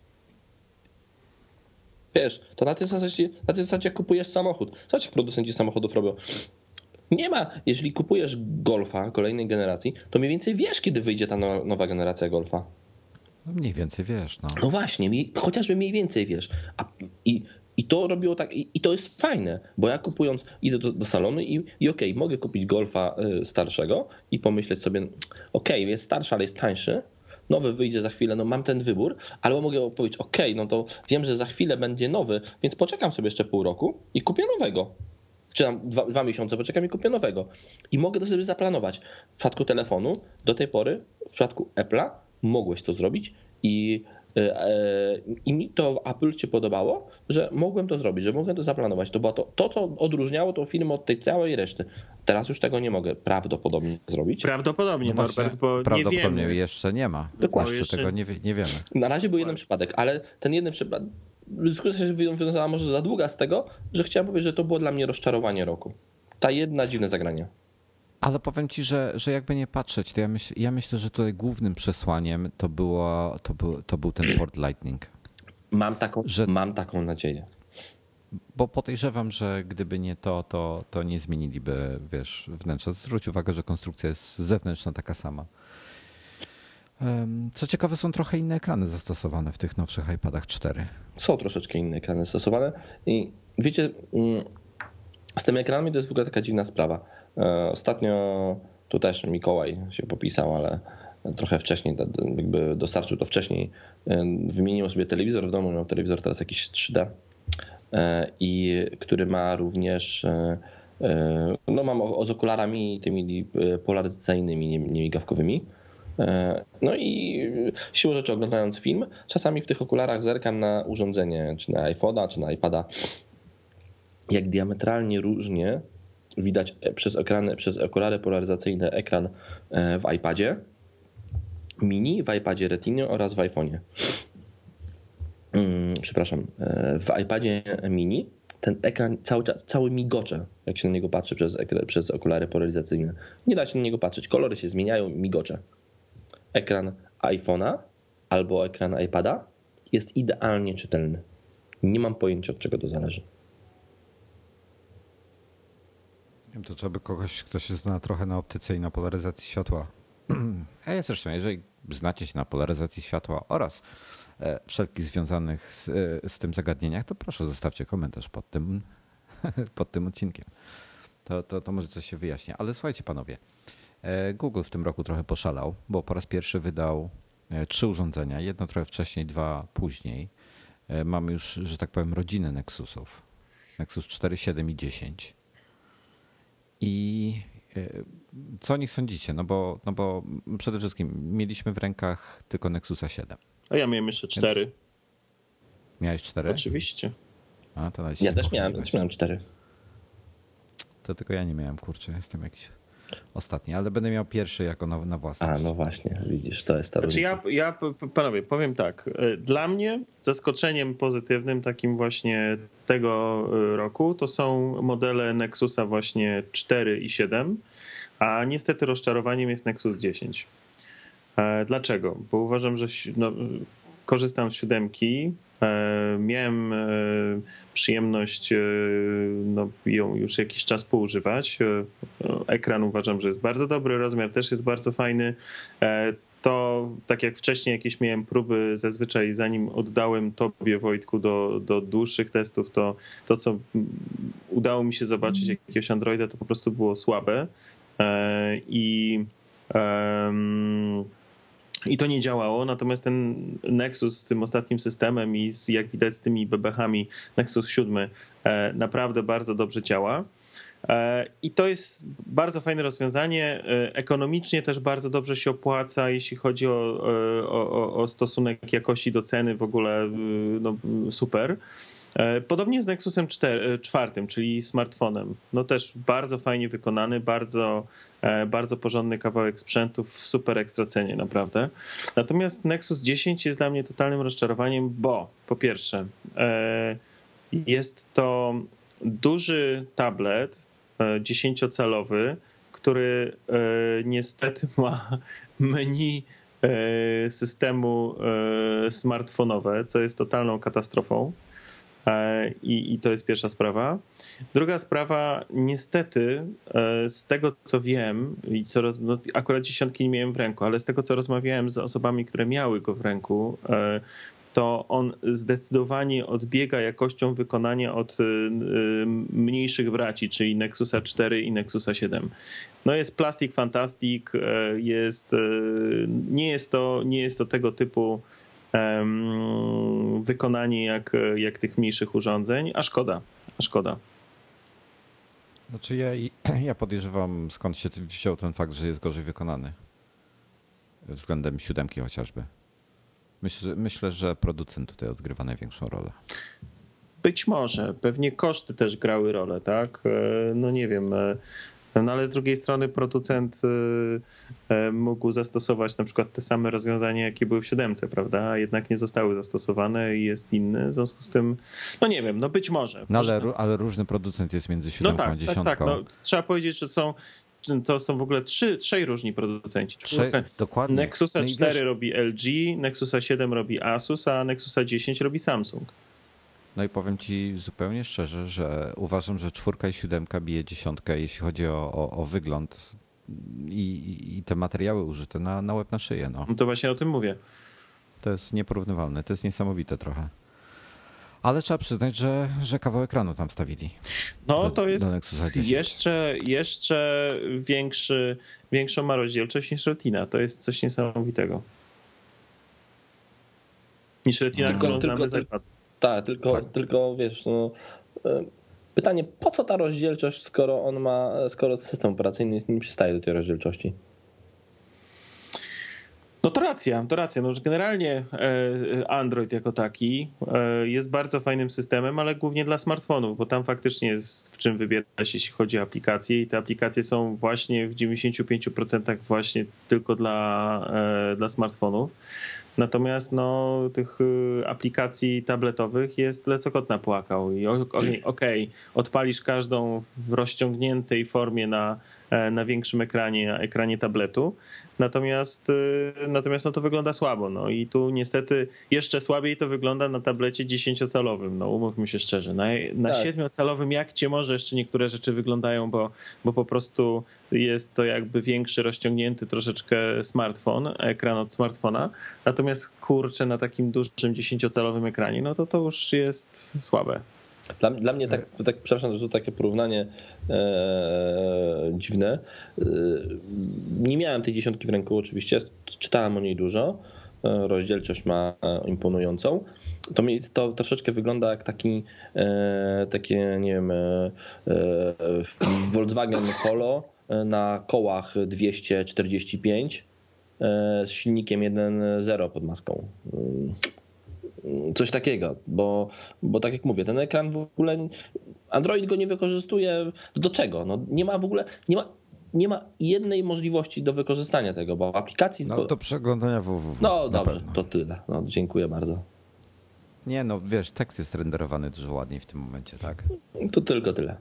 Wiesz, to na tej zasadzie, na tej zasadzie jak kupujesz samochód. Zobacz, jak producenci samochodów robią. Nie ma, jeżeli kupujesz Golfa kolejnej generacji, to mniej więcej wiesz, kiedy wyjdzie ta nowa generacja Golfa. No mniej więcej wiesz, no. No właśnie, chociażby mniej więcej wiesz. A, i, I to robiło tak, i, i to jest fajne, bo ja kupując idę do, do salonu i, i okej, okay, mogę kupić Golfa starszego i pomyśleć sobie, okej, okay, jest starszy, ale jest tańszy, nowy wyjdzie za chwilę, no mam ten wybór, albo mogę powiedzieć, okej, okay, no to wiem, że za chwilę będzie nowy, więc poczekam sobie jeszcze pół roku i kupię nowego. Czy tam dwa, dwa miesiące poczekam i kupię nowego. I mogę to sobie zaplanować. W przypadku telefonu do tej pory, w przypadku Apple'a mogłeś to zrobić i I mi to w Apple się podobało, że mogłem to zrobić, że mogłem to zaplanować. To było to, to co odróżniało tą firmę od tej całej reszty. Teraz już tego nie mogę prawdopodobnie zrobić. Prawdopodobnie, No Norbert, bo prawdopodobnie nie wiemy. jeszcze nie ma. Dokładnie. Jeszcze tego nie, nie wiemy. Na razie był jeden przypadek, ale ten jeden przypadek, dyskusja się wiązała może za długa z tego, że chciałem powiedzieć, że to było dla mnie rozczarowanie roku. Ta jedna dziwne zagranie. Ale powiem ci, że, że jakby nie patrzeć, to ja, myśl, ja myślę, że tutaj głównym przesłaniem to, było, to, był, to był ten port Lightning. Mam taką, że, mam taką nadzieję. Bo podejrzewam, że gdyby nie to, to, to nie zmieniliby, wiesz, wnętrza. Zwróć uwagę, że konstrukcja jest zewnętrzna taka sama. Co ciekawe, są trochę inne ekrany zastosowane w tych nowszych iPadach cztery. Są troszeczkę inne ekrany stosowane i wiecie, z tymi ekranami to jest w ogóle taka dziwna sprawa. Ostatnio tu też Mikołaj się popisał, ale trochę wcześniej, jakby dostarczył to wcześniej. Wymienił sobie telewizor w domu, miał telewizor teraz jakiś trzy D i który ma również, no mam z okularami tymi polaryzacyjnymi, niemigawkowymi. No i siłą rzeczy oglądając film, czasami w tych okularach zerkam na urządzenie, czy na iPhone'a, czy na iPada, jak diametralnie różnie widać przez ekrany, przez okulary polaryzacyjne ekran w iPadzie mini, w iPadzie Retinie oraz w iPhone'ie. Przepraszam, w iPadzie mini ten ekran cały czas, cały migocze, jak się na niego patrzy przez, przez okulary polaryzacyjne. Nie da się na niego patrzeć, kolory się zmieniają, migocze. Ekran iPhone'a albo ekran iPada jest idealnie czytelny. Nie mam pojęcia, od czego to zależy. Nie wiem, to trzeba by kogoś, kto się zna trochę na optyce i na polaryzacji światła. A ja zresztą, jeżeli znacie się na polaryzacji światła oraz wszelkich związanych z, z tym zagadnieniach, to proszę zostawcie komentarz pod tym, pod tym odcinkiem. To, to, to może coś się wyjaśnia. Ale słuchajcie panowie, Google w tym roku trochę poszalał, bo po raz pierwszy wydał trzy urządzenia. Jedno trochę wcześniej, dwa później. Mamy już, że tak powiem, rodzinę Nexusów. Nexus cztery, siedem i dziesięć. I co o nich sądzicie? No bo, no bo przede wszystkim mieliśmy w rękach tylko Nexusa siedem. A ja miałem jeszcze cztery. Więc... Miałeś cztery? Oczywiście. A, to ja też miałem, też miałem cztery. To tylko ja nie miałem, kurczę, jestem jakiś ostatni, ale będę miał pierwszy jako na, na własność. A, no właśnie, widzisz, to jest ta znaczy ja, ja, panowie, powiem tak, dla mnie zaskoczeniem pozytywnym takim właśnie tego roku to są modele Nexusa właśnie cztery i siedem, a niestety rozczarowaniem jest Nexus dziesięć. Dlaczego? Bo uważam, że no, korzystam z siódemki, miałem przyjemność no, ją już jakiś czas poużywać. Ekran uważam, że jest bardzo dobry, rozmiar też jest bardzo fajny. To tak jak wcześniej jakieś miałem próby, zazwyczaj zanim oddałem tobie, Wojtku, do, do dłuższych testów, to to co udało mi się zobaczyć jakiegoś Androida, to po prostu było słabe. I um, I to nie działało, natomiast ten Nexus z tym ostatnim systemem i z, jak widać z tymi bebechami Nexus siedem naprawdę bardzo dobrze działa. I to jest bardzo fajne rozwiązanie. Ekonomicznie też bardzo dobrze się opłaca, jeśli chodzi o, o, o stosunek jakości do ceny, w ogóle no, super. Podobnie z Nexusem czwartym, czyli smartfonem. No też bardzo fajnie wykonany, bardzo, bardzo porządny kawałek sprzętu w super ekstra cenie, naprawdę. Natomiast Nexus dziesięć jest dla mnie totalnym rozczarowaniem, bo po pierwsze jest to duży tablet dziesięciocalowy, który niestety ma menu systemu smartfonowe, co jest totalną katastrofą. I, I to jest pierwsza sprawa. Druga sprawa, niestety, z tego co wiem, i co roz, no, akurat dziesiątki nie miałem w ręku, ale z tego co rozmawiałem z osobami, które miały go w ręku, to on zdecydowanie odbiega jakością wykonania od mniejszych braci, czyli Nexusa cztery i Nexusa siedem. No jest plastik fantastic, jest, nie, jest to, nie jest to tego typu wykonanie jak, jak tych mniejszych urządzeń, a szkoda, a szkoda. Znaczy ja, ja podejrzewam, skąd się wziął ten fakt, że jest gorzej wykonany względem siódemki chociażby. Myślę, myślę, że producent tutaj odgrywa największą rolę. Być może, pewnie koszty też grały rolę, tak? No nie wiem, no ale z drugiej strony producent mógł zastosować na przykład te same rozwiązania, jakie były w siódemce, prawda? A jednak nie zostały zastosowane i jest inny, w związku z tym, no nie wiem, no być może. No ale, ale różny producent jest między siódemką no tak, a dziesiątką. Tak, tak. No, trzeba powiedzieć, że są to są w ogóle trzy, trzej różni producenci. Trze, dokładnie. Nexusa no cztery wiesz, robi L G, Nexusa siedem robi Asus, a Nexusa dziesięć robi Samsung. No i powiem ci zupełnie szczerze, że uważam, że czwórka i siódemka bije dziesiątkę, jeśli chodzi o, o, o wygląd i, i te materiały użyte na, na łeb na szyję. No. no to właśnie o tym mówię. To jest nieporównywalne, to jest niesamowite trochę. Ale trzeba przyznać, że, że kawał ekranu tam wstawili. No do, to jest jeszcze, jeszcze większy, większą ma rozdzielczość niż Retina. To jest coś niesamowitego. Niż Retina, tylko, którą tylko, znamy z iPad. Tak, tylko, tak. tylko wiesz, no, pytanie, po co ta rozdzielczość, skoro on ma, skoro system operacyjny nie przystaje do tej rozdzielczości? No to racja, to racja. No, że generalnie Android jako taki jest bardzo fajnym systemem, ale głównie dla smartfonów, bo tam faktycznie jest w czym wybierać, jeśli chodzi o aplikacje i te aplikacje są właśnie w dziewięćdziesięciu pięciu procentach właśnie tylko dla, dla smartfonów. Natomiast no, tych aplikacji tabletowych jest lecokot napłakał i okej, okay, odpalisz każdą w rozciągniętej formie na, na większym ekranie, na ekranie tabletu, natomiast, natomiast no, to wygląda słabo. No i tu niestety jeszcze słabiej to wygląda na tablecie dziesięciocalowym, no umówmy się szczerze. Na, na tak. siedmiocalowym jak cię może jeszcze niektóre rzeczy wyglądają, bo, bo po prostu jest to jakby większy, rozciągnięty troszeczkę smartfon, ekran od smartfona, natomiast kurczę na takim dużym dziesięciocalowym ekranie, no to to już jest słabe. Dla, dla mnie tak, tak, przepraszam, że to takie porównanie e, dziwne. E, nie miałem tej dziesiątki w ręku oczywiście, czytałem o niej dużo. E, rozdzielczość ma imponującą. To mi to troszeczkę wygląda jak taki e, takie, nie wiem, e, Volkswagen Polo na kołach dwieście czterdzieści pięć e, z silnikiem jeden zero pod maską. Coś takiego, bo, bo tak jak mówię, ten ekran w ogóle, Android go nie wykorzystuje do czego? No nie ma w ogóle, nie ma, nie ma jednej możliwości do wykorzystania tego, bo aplikacji... No do przeglądania www. No dobrze, pewno. To tyle. No, dziękuję bardzo. Nie no, wiesz, tekst jest renderowany dużo ładniej w tym momencie, tak? To tylko tyle.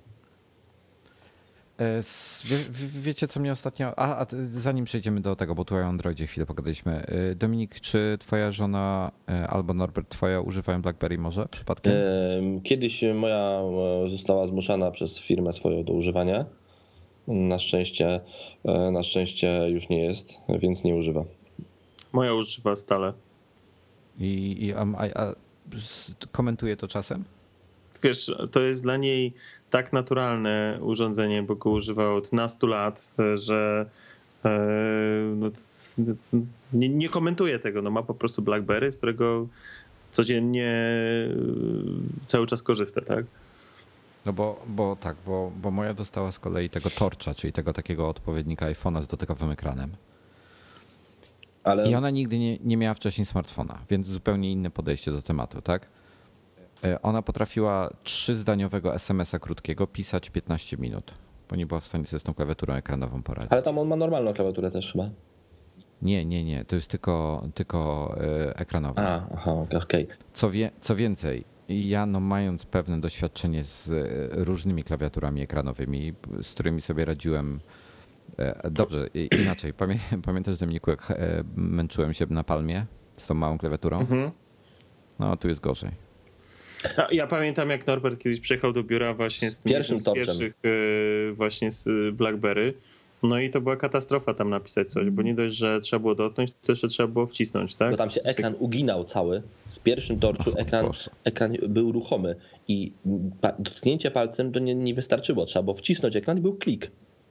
Wie, wiecie, co mnie ostatnio... A, a zanim przejdziemy do tego, bo tu o Androidzie chwilę pogadaliśmy. Dominik, czy twoja żona albo Norbert twoja używają BlackBerry może przypadkiem? Kiedyś moja została zmuszana przez firmę swoją do używania. Na szczęście, na szczęście już nie jest, więc nie używa. Moja używa stale. I, i a, a, komentuje to czasem? Wiesz, to jest dla niej tak naturalne urządzenie, bo go używa od nastu lat, że no, nie, nie komentuje tego. No, ma po prostu BlackBerry, z którego codziennie cały czas korzysta, tak? No bo, bo tak, bo, bo moja dostała z kolei tego Torcha, czyli tego takiego odpowiednika iPhone'a z dotykowym ekranem. Ale... I ona nigdy nie, nie miała wcześniej smartfona, więc zupełnie inne podejście do tematu, tak? Ona potrafiła trzyzdaniowego es em es a krótkiego pisać piętnaście minut, bo nie była w stanie sobie z tą klawiaturą ekranową poradzić. Ale tam on ma normalną klawiaturę też chyba. Nie, nie, nie. To jest tylko, tylko ekranowa. A, aha, okej. Okay. Co, wie, co więcej, ja no mając pewne doświadczenie z różnymi klawiaturami ekranowymi, z którymi sobie radziłem dobrze, inaczej. Pamię, pamiętasz, Dominiku, jak męczyłem się na Palmie z tą małą klawiaturą? Mhm. No, tu jest gorzej. Ja pamiętam, jak Norbert kiedyś przyjechał do biura właśnie z, z pierwszym z pierwszych właśnie z BlackBerry. No i to była katastrofa tam napisać coś, bo nie dość, że trzeba było dotknąć, to jeszcze trzeba było wcisnąć, tak? Bo tam się ekran uginał cały. W pierwszym torczu ekran, ekran był ruchomy i dotknięcie palcem to nie, nie wystarczyło. Trzeba było wcisnąć ekran i był klik.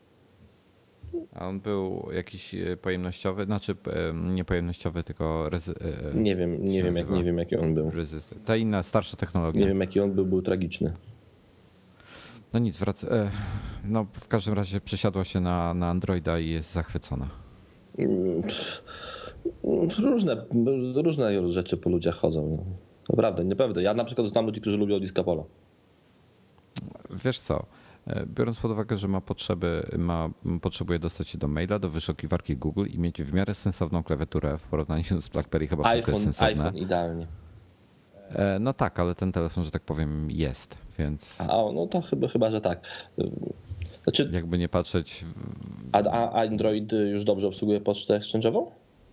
A on był jakiś pojemnościowy, znaczy nie pojemnościowy, tylko rezy... Nie wiem, nie wiem, jak, nie wiem jaki on był. Rezystent. Ta inna, starsza technologia. Nie wiem jaki on był, był tragiczny. No nic, wraca. No w każdym razie przesiadła się na, na Androida i jest zachwycona. Różne, różne rzeczy po ludziach chodzą. Naprawdę, nieprawda. Ja na przykład znam ludzi, którzy lubią Disco Polo. Wiesz co, biorąc pod uwagę, że ma potrzeby, ma, potrzebuje dostać się do maila, do wyszukiwarki Google i mieć w miarę sensowną klawiaturę w porównaniu z BlackBerry chyba wszystko iPhone, jest sensowne. iPhone idealnie. No tak, ale ten telefon, że tak powiem, jest, więc... A, no to chyba, chyba że tak. Znaczy, jakby nie patrzeć... A, a Android już dobrze obsługuje pocztę exchange'ową?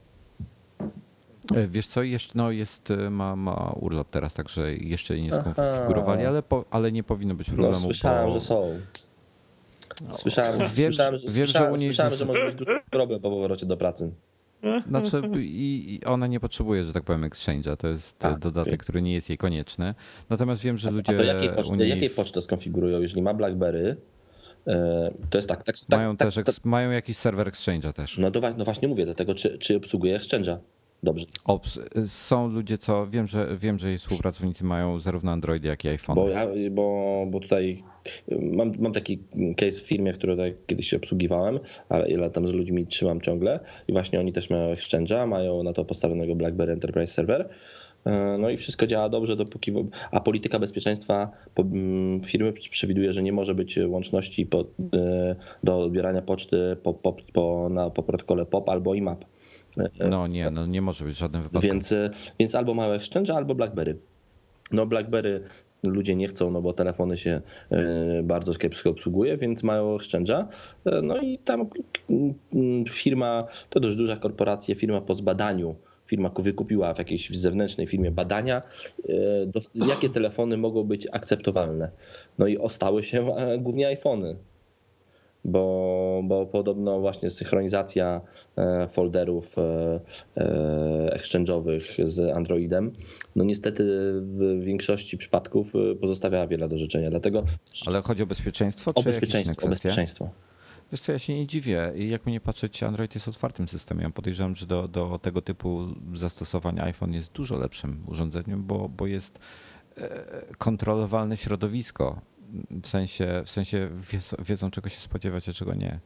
Wiesz co, jeszcze, no jest, ma, ma urlop teraz, także jeszcze nie skonfigurowali, ale, po, ale nie powinno być problemu. No, słyszałem, bo... że są. Słyszałem, wiem, słyszałem, że, wiem, słyszałem, że, słyszałem, że może być duży problem po powrocie do pracy. Znaczy i, i ona nie potrzebuje, że tak powiem, exchange'a. To jest tak, dodatek, okay. który nie jest jej konieczny. Natomiast wiem, że ludzie... A do jakiej poczty, niej... jakiej poczty skonfigurują? Jeżeli ma BlackBerry, to jest tak... tak mają, tak, też, tak, mają jakiś serwer exchange'a też. No to no właśnie mówię, do tego, czy, czy obsługuje exchange'a. Dobrze. Obs są ludzie, co wiem, że wiem, że jej współpracownicy mają zarówno Androidy, jak i iPhone. Bo, ja, bo, bo tutaj mam, mam taki case w firmie, który tak kiedyś obsługiwałem, ale ile tam z ludźmi trzymam ciągle i właśnie oni też mają exchange'a, mają na to postawionego BlackBerry Enterprise Server. No i wszystko działa dobrze, dopóki. A polityka bezpieczeństwa firmy przewiduje, że nie może być łączności po, do odbierania poczty po, po, po, na, po protokole P O P albo I M A P. No nie, no nie może być w żadnym wypadku. Więc, więc albo mają exchange, albo BlackBerry. No BlackBerry ludzie nie chcą, no bo telefony się bardzo kiepsko obsługuje, więc mają exchange'a. No i tam firma, to dość duża korporacja, firma po zbadaniu, firma wykupiła w jakiejś zewnętrznej firmie badania, jakie telefony mogą być akceptowalne. No i ostały się głównie iPhony. Bo, bo podobno właśnie synchronizacja folderów exchange'owych z Androidem, no niestety w większości przypadków pozostawia wiele do życzenia. Dlatego... Ale chodzi o bezpieczeństwo? O czy bezpieczeństwo, o bezpieczeństwo. Wiesz co, ja się nie dziwię. I jak mnie nie patrzeć, Android jest otwartym systemem. Ja podejrzewam, że do, do tego typu zastosowań iPhone jest dużo lepszym urządzeniem, bo, bo jest kontrolowalne środowisko. W sensie, w sensie wiedzą, czego się spodziewać, a czego nie.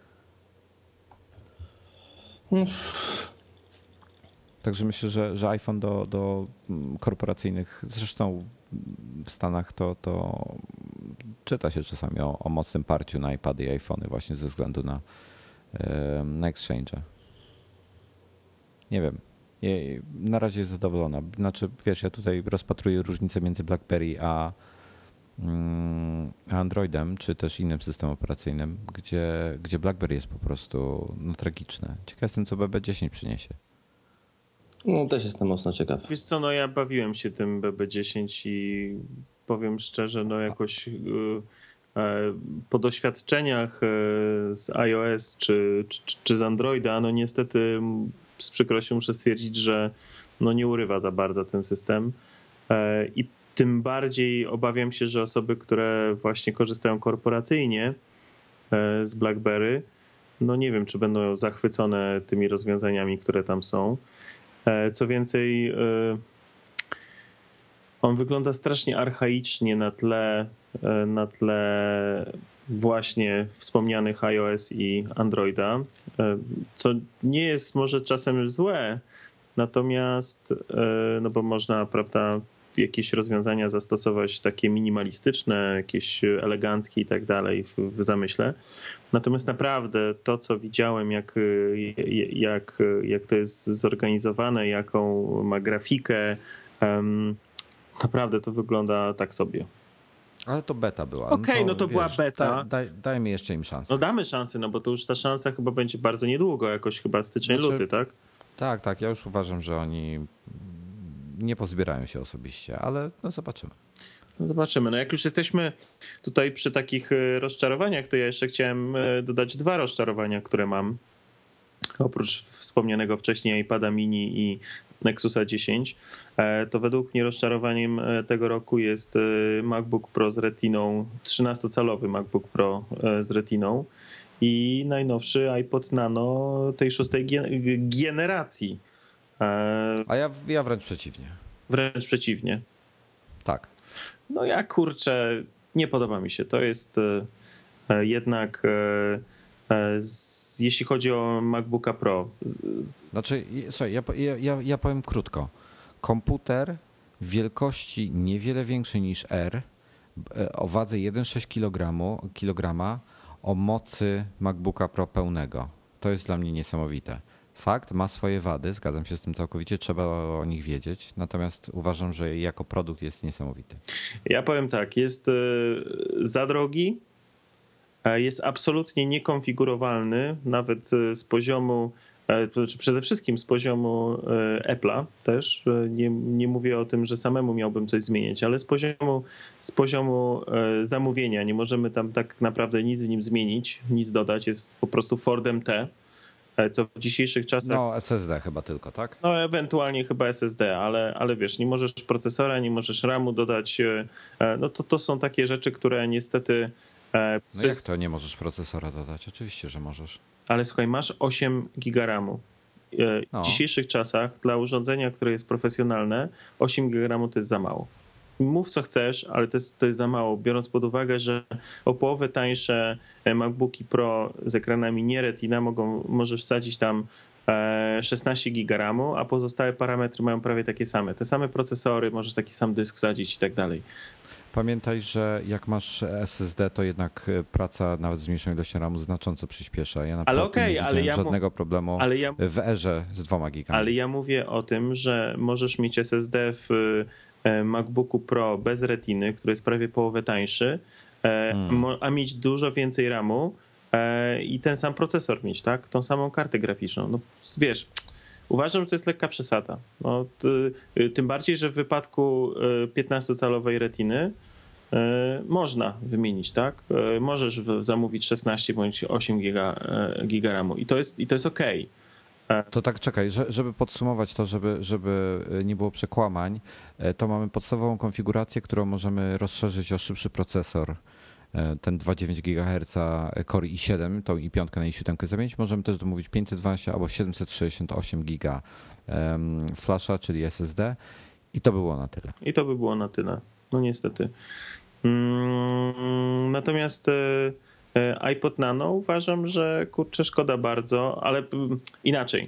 Także myślę, że, że iPhone do, do korporacyjnych, zresztą w Stanach to, to czyta się czasami o, o mocnym parciu na iPady i iPhony właśnie ze względu na, na exchange. Nie wiem. Na razie jest zadowolona. Znaczy, wiesz, ja tutaj rozpatruję różnicę między BlackBerry a Androidem, czy też innym systemem operacyjnym, gdzie, gdzie BlackBerry jest po prostu no, tragiczne. Ciekaw jestem, co B B dziesięć przyniesie. No też jestem mocno ciekaw. Wiesz co, no ja bawiłem się tym B B dziesięć i powiem szczerze, no jakoś po doświadczeniach z iOS czy, czy, czy z Androida, no niestety z przykrością muszę stwierdzić, że no nie urywa za bardzo ten system i tym bardziej obawiam się, że osoby, które właśnie korzystają korporacyjnie z BlackBerry, no nie wiem, czy będą zachwycone tymi rozwiązaniami, które tam są. Co więcej, on wygląda strasznie archaicznie na tle, na tle właśnie wspomnianych iOS i Androida, co nie jest może czasem złe, natomiast, no bo można, prawda, jakieś rozwiązania zastosować takie minimalistyczne, jakieś eleganckie i tak dalej w, w zamyśle. Natomiast naprawdę to, co widziałem, jak, jak, jak to jest zorganizowane, jaką ma grafikę, um, naprawdę to wygląda tak sobie. Ale to beta była. Okej, okay, no, no to wiesz, była beta. Daj, dajmy jeszcze im szansę. No damy szansę, no bo to już ta szansa chyba będzie bardzo niedługo, jakoś chyba styczeń, znaczy, luty, tak? Tak, tak. Ja już uważam, że oni nie pozbierają się osobiście, ale no zobaczymy. No zobaczymy. No jak już jesteśmy tutaj przy takich rozczarowaniach, to ja jeszcze chciałem dodać dwa rozczarowania, które mam. Oprócz wspomnianego wcześniej iPada mini i Nexusa dziesięć, to według mnie rozczarowaniem tego roku jest MacBook Pro z Retiną, trzynastocalowy MacBook Pro z Retiną i najnowszy iPod Nano tej szóstej generacji. A ja, ja wręcz przeciwnie. Wręcz przeciwnie. Tak. No ja kurczę, nie podoba mi się. To jest jednak z, jeśli chodzi o MacBooka Pro. Znaczy, słuchaj, ja, ja, ja powiem krótko. Komputer wielkości niewiele większej niż R, o wadze jeden przecinek sześć kilograma, o mocy MacBooka Pro pełnego. To jest dla mnie niesamowite. Fakt, ma swoje wady, zgadzam się z tym całkowicie, trzeba o nich wiedzieć, natomiast uważam, że jako produkt jest niesamowity. Ja powiem tak, jest za drogi, jest absolutnie niekonfigurowalny, nawet z poziomu, to znaczy przede wszystkim z poziomu Apple'a też, nie, nie mówię o tym, że samemu miałbym coś zmieniać, ale z poziomu, z poziomu zamówienia nie możemy tam tak naprawdę nic w nim zmienić, nic dodać, jest po prostu Fordem T. Co w dzisiejszych czasach... No S S D chyba tylko, tak? No ewentualnie chyba S S D, ale, ale wiesz, nie możesz procesora, nie możesz ramu dodać. No to, to są takie rzeczy, które niestety... Przez... No jak to nie możesz procesora dodać? Oczywiście, że możesz. Ale słuchaj, masz osiem giga ramu. W no. dzisiejszych czasach dla urządzenia, które jest profesjonalne, osiem giga ramu to jest za mało. Mów co chcesz, ale to jest, to jest za mało, biorąc pod uwagę, że o połowę tańsze MacBooki Pro z ekranami nie Retina mogą, możesz wsadzić tam szesnaście giga ramu, a pozostałe parametry mają prawie takie same. Te same procesory, możesz taki sam dysk wsadzić i tak dalej. Pamiętaj, że jak masz S S D, to jednak praca nawet z mniejszą ilością ramu znacząco przyspiesza. Ja na przykład okay, nie widziałem ja żadnego problemu ale ja, w erze z dwoma gigami. Ale ja mówię o tym, że możesz mieć S S D w MacBooku Pro bez retiny, który jest prawie połowę tańszy, hmm. a mieć dużo więcej ramu i ten sam procesor mieć, tak? Tą samą kartę graficzną. No wiesz, uważam, że to jest lekka przesada. No, tym bardziej, że w wypadku piętnastocalowej retiny można wymienić, tak? Możesz zamówić szesnaście bądź osiem giga ramu i to jest, i to jest okej. To tak czekaj, żeby podsumować to, żeby, żeby nie było przekłamań, to mamy podstawową konfigurację, którą możemy rozszerzyć o szybszy procesor, ten dwa przecinek dziewięć gigaherca Core i siedem, tą i piątkę na i siedem zamienić. Możemy też domówić pięćset dwanaście albo siedemset sześćdziesiąt osiem giga flasha, czyli S S D i to by było na tyle. I to by było na tyle, no niestety. Natomiast iPod Nano uważam, że kurczę szkoda bardzo, ale inaczej.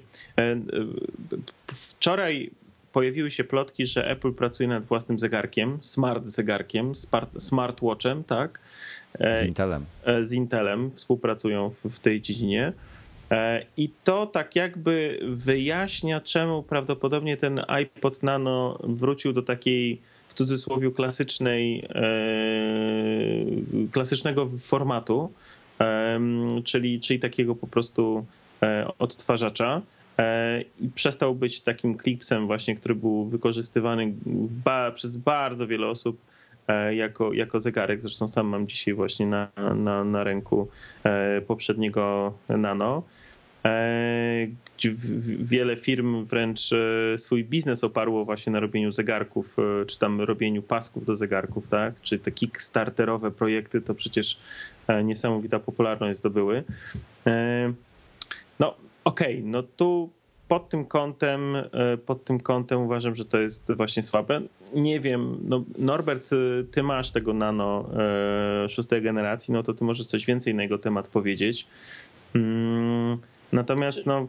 Wczoraj pojawiły się plotki, że Apple pracuje nad własnym zegarkiem, smart zegarkiem, smartwatchem, tak? Z Intelem. Z Intelem współpracują w tej dziedzinie. I to tak jakby wyjaśnia, czemu prawdopodobnie ten iPod Nano wrócił do takiej w cudzysłowie klasycznej, klasycznego formatu, czyli, czyli takiego po prostu odtwarzacza i przestał być takim klipsem właśnie, który był wykorzystywany ba, przez bardzo wiele osób jako, jako zegarek. Zresztą sam mam dzisiaj właśnie na, na, na ręku poprzedniego Nano. Wiele firm wręcz swój biznes oparło właśnie na robieniu zegarków, czy tam robieniu pasków do zegarków, tak? Czy te kickstarterowe projekty to przecież niesamowita popularność zdobyły. No okej, okay, no tu pod tym kątem, pod tym kątem uważam, że to jest właśnie słabe. Nie wiem, no Norbert, ty masz tego Nano szóstej generacji, no to ty możesz coś więcej na jego temat powiedzieć. Natomiast no...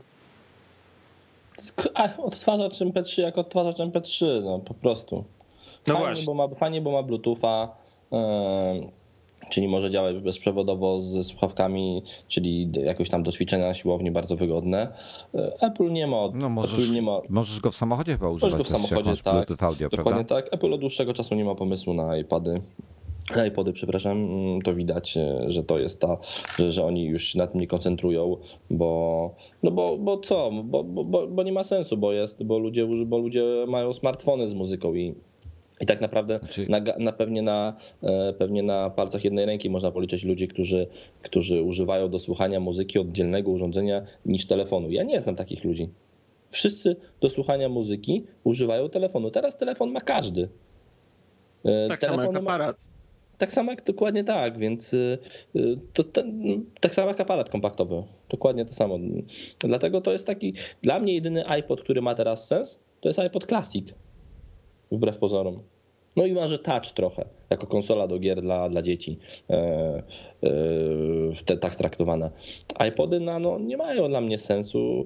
Odtwarzacz M P trzy jak odtwarzacz M P trzy, no po prostu. No fajnie, właśnie. Bo ma, fajnie, bo ma Bluetootha, yy, czyli może działać bezprzewodowo ze słuchawkami, czyli jakoś tam do ćwiczenia na siłowni bardzo wygodne. Apple nie ma... No możesz, Apple nie ma, możesz go w samochodzie chyba używać. Możesz go w samochodzie, tak. Bluetooth audio, dokładnie prawda? tak. Apple od dłuższego czasu nie ma pomysłu na iPady. Na iPody, przepraszam, to widać, że to jest ta, że, że oni już się nad tym nie koncentrują, bo, no bo, bo co, bo, bo, bo nie ma sensu, bo jest, bo ludzie, bo ludzie mają smartfony z muzyką i, i tak naprawdę znaczy... na, na pewnie, na, pewnie na palcach jednej ręki można policzyć ludzi, którzy, którzy używają do słuchania muzyki oddzielnego urządzenia niż telefonu. Ja nie znam takich ludzi. Wszyscy do słuchania muzyki używają telefonu. Teraz telefon ma każdy. Tak samo jak aparat. Ma... Tak samo jak dokładnie tak, więc to, to, tak samo jak aparat kompaktowy. Dokładnie to samo. Dlatego to jest taki, dla mnie jedyny iPod, który ma teraz sens, to jest iPod Classic. Wbrew pozorom. No i może touch trochę, jako konsola do gier dla, dla dzieci, e, e, te, tak traktowane. iPody Nano nie mają dla mnie sensu,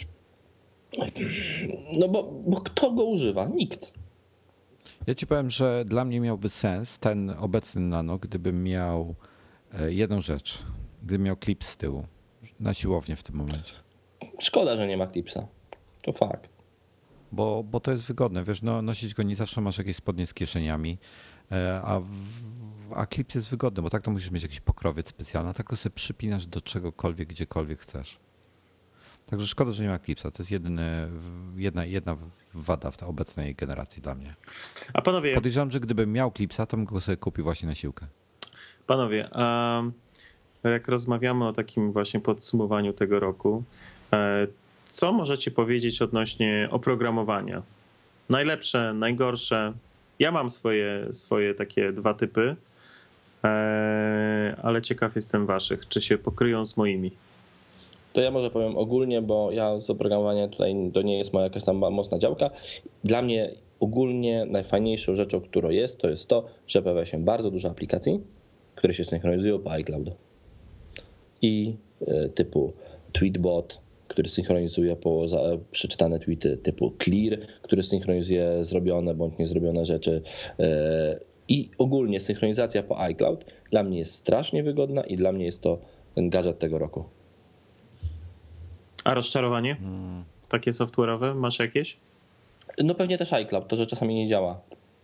no bo, bo kto go używa? Nikt. Ja ci powiem, że dla mnie miałby sens ten obecny Nano, gdybym miał jedną rzecz, gdybym miał klip z tyłu, na siłownię w tym momencie. Szkoda, że nie ma klipsa, to fakt. Bo, bo to jest wygodne, wiesz, no, nosić go nie zawsze masz jakieś spodnie z kieszeniami, a, a klips jest wygodny, bo tak to musisz mieć jakiś pokrowiec specjalny, a tak go sobie przypinasz do czegokolwiek, gdziekolwiek chcesz. Także szkoda, że nie ma klipsa. To jest jedyny, jedna, jedna wada w tej obecnej generacji dla mnie. A panowie... Podejrzewam, że gdybym miał klipsa, to bym go sobie kupił właśnie na siłkę. Panowie, a jak rozmawiamy o takim właśnie podsumowaniu tego roku, co możecie powiedzieć odnośnie oprogramowania? Najlepsze, najgorsze? Ja mam swoje, swoje takie dwa typy, ale ciekaw jestem waszych. Czy się pokryją z moimi? To ja może powiem ogólnie, bo ja z oprogramowania tutaj to nie jest moja jakaś tam mocna działka. Dla mnie ogólnie najfajniejszą rzeczą, którą jest, to jest to, że pojawia się bardzo dużo aplikacji, które się synchronizują po iCloud. I typu Tweetbot, który synchronizuje po przeczytane tweety, typu Clear, który synchronizuje zrobione bądź niezrobione rzeczy. I ogólnie synchronizacja po iCloud dla mnie jest strasznie wygodna i dla mnie jest to ten gadżet tego roku. A rozczarowanie? Hmm. Takie software'owe? Masz jakieś? No pewnie też iCloud, to, że czasami nie działa.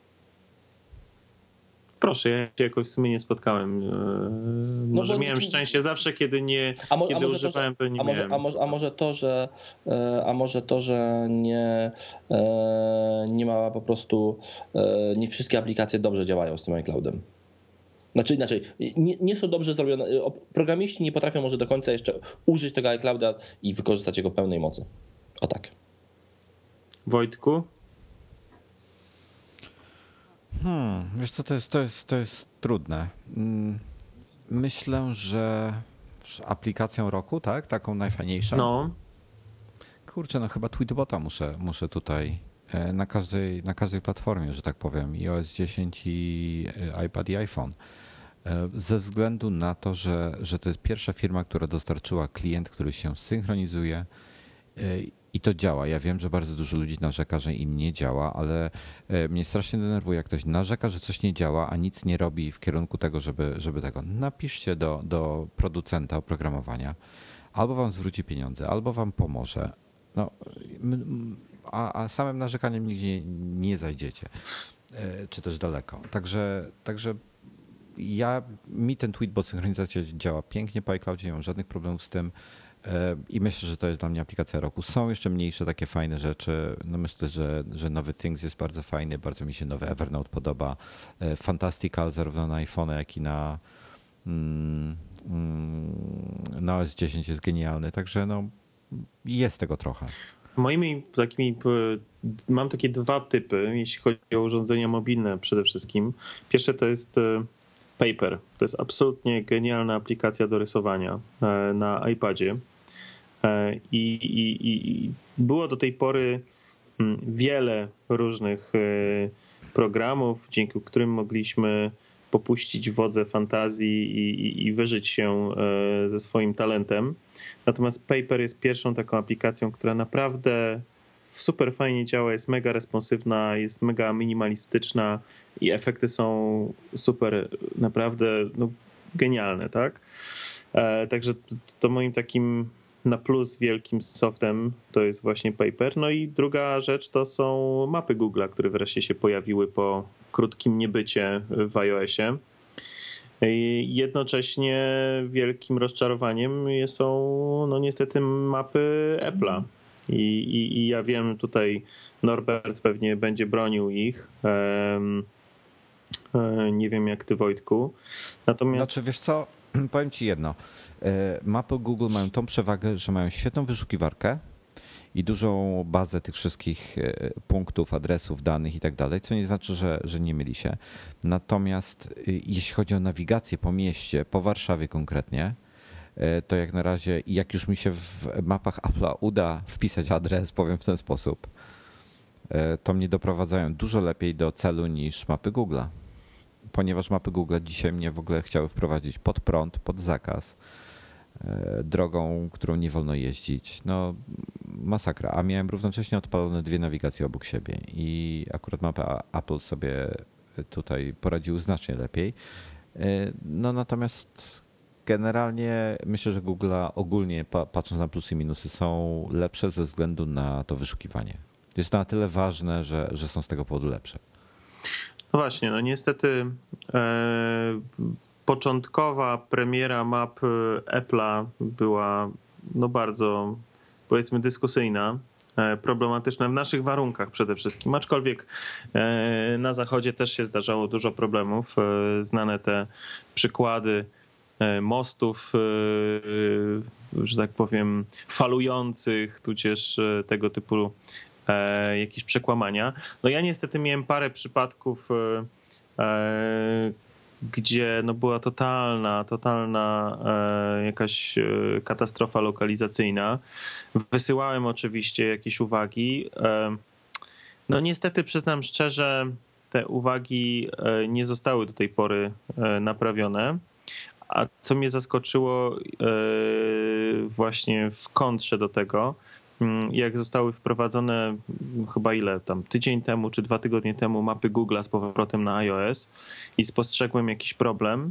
Proszę, ja się jakoś w sumie nie spotkałem. Może no miałem szczęście zawsze, kiedy nie, a mo, kiedy a używałem, to, że, to nie a może, miałem. A może, a może to, że a może to, że nie, nie ma po prostu, nie wszystkie aplikacje dobrze działają z tym iCloudem. Znaczy inaczej, nie, nie są dobrze zrobione. Programiści nie potrafią może do końca jeszcze użyć tego iClouda i wykorzystać jego pełnej mocy. O tak. Wojtku? Hmm, wiesz co, to jest, to jest, to jest trudne. Myślę, że aplikacją roku, tak? Taką najfajniejszą? No. Kurczę, no chyba Tweetbota muszę, muszę tutaj na każdej, na każdej platformie, że tak powiem, i O S dziesięć, i iPad, i iPhone. Ze względu na to, że, że to jest pierwsza firma, która dostarczyła klient, który się synchronizuje i to działa. Ja wiem, że bardzo dużo ludzi narzeka, że im nie działa, ale mnie strasznie denerwuje, jak ktoś narzeka, że coś nie działa, a nic nie robi w kierunku tego, żeby, żeby tego. Napiszcie do, do producenta oprogramowania, albo wam zwróci pieniądze, albo wam pomoże. No, a, a samym narzekaniem nigdzie nie zajdziecie, czy też daleko. Także, także ja, mi ten Tweetbot synchronizacja działa pięknie po iCloudzie, nie mam żadnych problemów z tym i myślę, że to jest dla mnie aplikacja roku. Są jeszcze mniejsze takie fajne rzeczy. No myślę, że, że nowy Things jest bardzo fajny, bardzo mi się nowy Evernote podoba. Fantastical zarówno na iPhone, jak i na, na O S dziesięć jest genialny, także no, jest tego trochę. Moimi takimi, mam takie dwa typy, jeśli chodzi o urządzenia mobilne przede wszystkim. Pierwsze to jest Paper. To jest absolutnie genialna aplikacja do rysowania na iPadzie. I, i, i było do tej pory wiele różnych programów, dzięki którym mogliśmy popuścić wodze fantazji i, i, i wyżyć się ze swoim talentem. Natomiast Paper jest pierwszą taką aplikacją, która naprawdę super fajnie działa, jest mega responsywna, jest mega minimalistyczna i efekty są super, naprawdę no, genialne, tak? E, także to moim takim na plus wielkim softem to jest właśnie Paper. No i druga rzecz to są mapy Google'a, które wreszcie się pojawiły po krótkim niebycie w iOSie. I jednocześnie wielkim rozczarowaniem są no niestety mapy Apple'a. I, i, I ja wiem, tutaj Norbert pewnie będzie bronił ich. Um, nie wiem jak ty, Wojtku. Natomiast... Znaczy wiesz co, powiem ci jedno. Mapy Google mają tą przewagę, że mają świetną wyszukiwarkę i dużą bazę tych wszystkich punktów, adresów, danych i tak dalej, co nie znaczy, że, że nie myli się. Natomiast jeśli chodzi o nawigację po mieście, po Warszawie konkretnie, to jak na razie, jak już mi się w mapach Apple'a uda wpisać adres, powiem w ten sposób, to mnie doprowadzają dużo lepiej do celu niż mapy Google'a. Ponieważ mapy Google dzisiaj mnie w ogóle chciały wprowadzić pod prąd, pod zakaz, drogą, którą nie wolno jeździć. No masakra. A miałem równocześnie odpalone dwie nawigacje obok siebie i akurat mapę Apple sobie tutaj poradził znacznie lepiej. No natomiast generalnie myślę, że Google'a ogólnie patrząc na plusy i minusy są lepsze ze względu na to wyszukiwanie. Jest to na tyle ważne, że, że są z tego powodu lepsze. No właśnie, no niestety e, początkowa premiera map Apple'a była no bardzo, powiedzmy, dyskusyjna, e, problematyczna w naszych warunkach przede wszystkim, aczkolwiek e, na zachodzie też się zdarzało dużo problemów. E, znane te przykłady e, mostów, e, że tak powiem, falujących, tudzież e, tego typu E, jakieś przekłamania. No ja niestety miałem parę przypadków, e, gdzie no była totalna, totalna e, jakaś katastrofa lokalizacyjna. Wysyłałem oczywiście jakieś uwagi. E, no niestety przyznam szczerze, te uwagi nie zostały do tej pory naprawione. A co mnie zaskoczyło e, właśnie w kontrze do tego, jak zostały wprowadzone chyba ile tam, tydzień temu czy dwa tygodnie temu mapy Google'a z powrotem na iOS i spostrzegłem jakiś problem.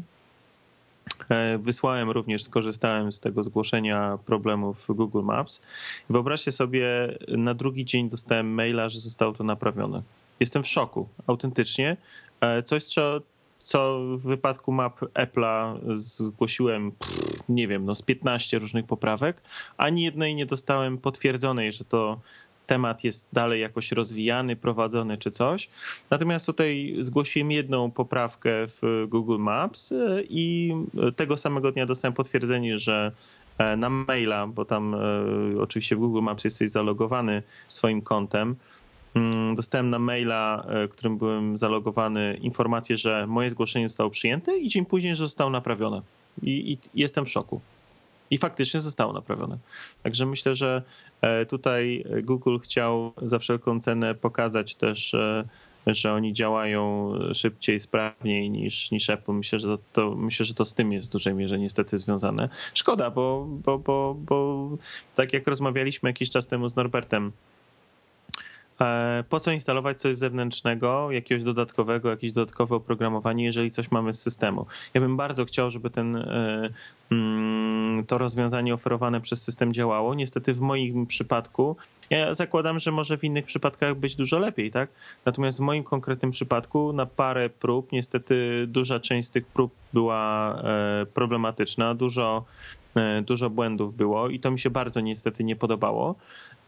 Wysłałem również, skorzystałem z tego zgłoszenia problemów w Google Maps. Wyobraźcie sobie, na drugi dzień dostałem maila, że zostało to naprawione. Jestem w szoku, autentycznie. Coś, co co w wypadku map Apple'a zgłosiłem, pff, nie wiem, no z piętnaście różnych poprawek. Ani jednej nie dostałem potwierdzonej, że to temat jest dalej jakoś rozwijany, prowadzony czy coś. Natomiast tutaj zgłosiłem jedną poprawkę w Google Maps i tego samego dnia dostałem potwierdzenie, że na maila, bo tam oczywiście w Google Maps jesteś zalogowany swoim kontem, dostałem na maila, którym byłem zalogowany, informację, że moje zgłoszenie zostało przyjęte i dzień później, że zostało naprawione. I, i jestem w szoku. I faktycznie zostało naprawione. Także myślę, że tutaj Google chciał za wszelką cenę pokazać też, że oni działają szybciej, sprawniej niż, niż Apple. Myślę, że to, to, myślę, że to z tym jest w dużej mierze niestety związane. Szkoda, bo, bo, bo, bo tak jak rozmawialiśmy jakiś czas temu z Norbertem, po co instalować coś zewnętrznego, jakiegoś dodatkowego, jakieś dodatkowe oprogramowanie, jeżeli coś mamy z systemu. Ja bym bardzo chciał, żeby ten, to rozwiązanie oferowane przez system działało. Niestety w moim przypadku, ja zakładam, że może w innych przypadkach być dużo lepiej, tak? Natomiast w moim konkretnym przypadku na parę prób, niestety duża część z tych prób była problematyczna, dużo Dużo błędów było i to mi się bardzo niestety nie podobało.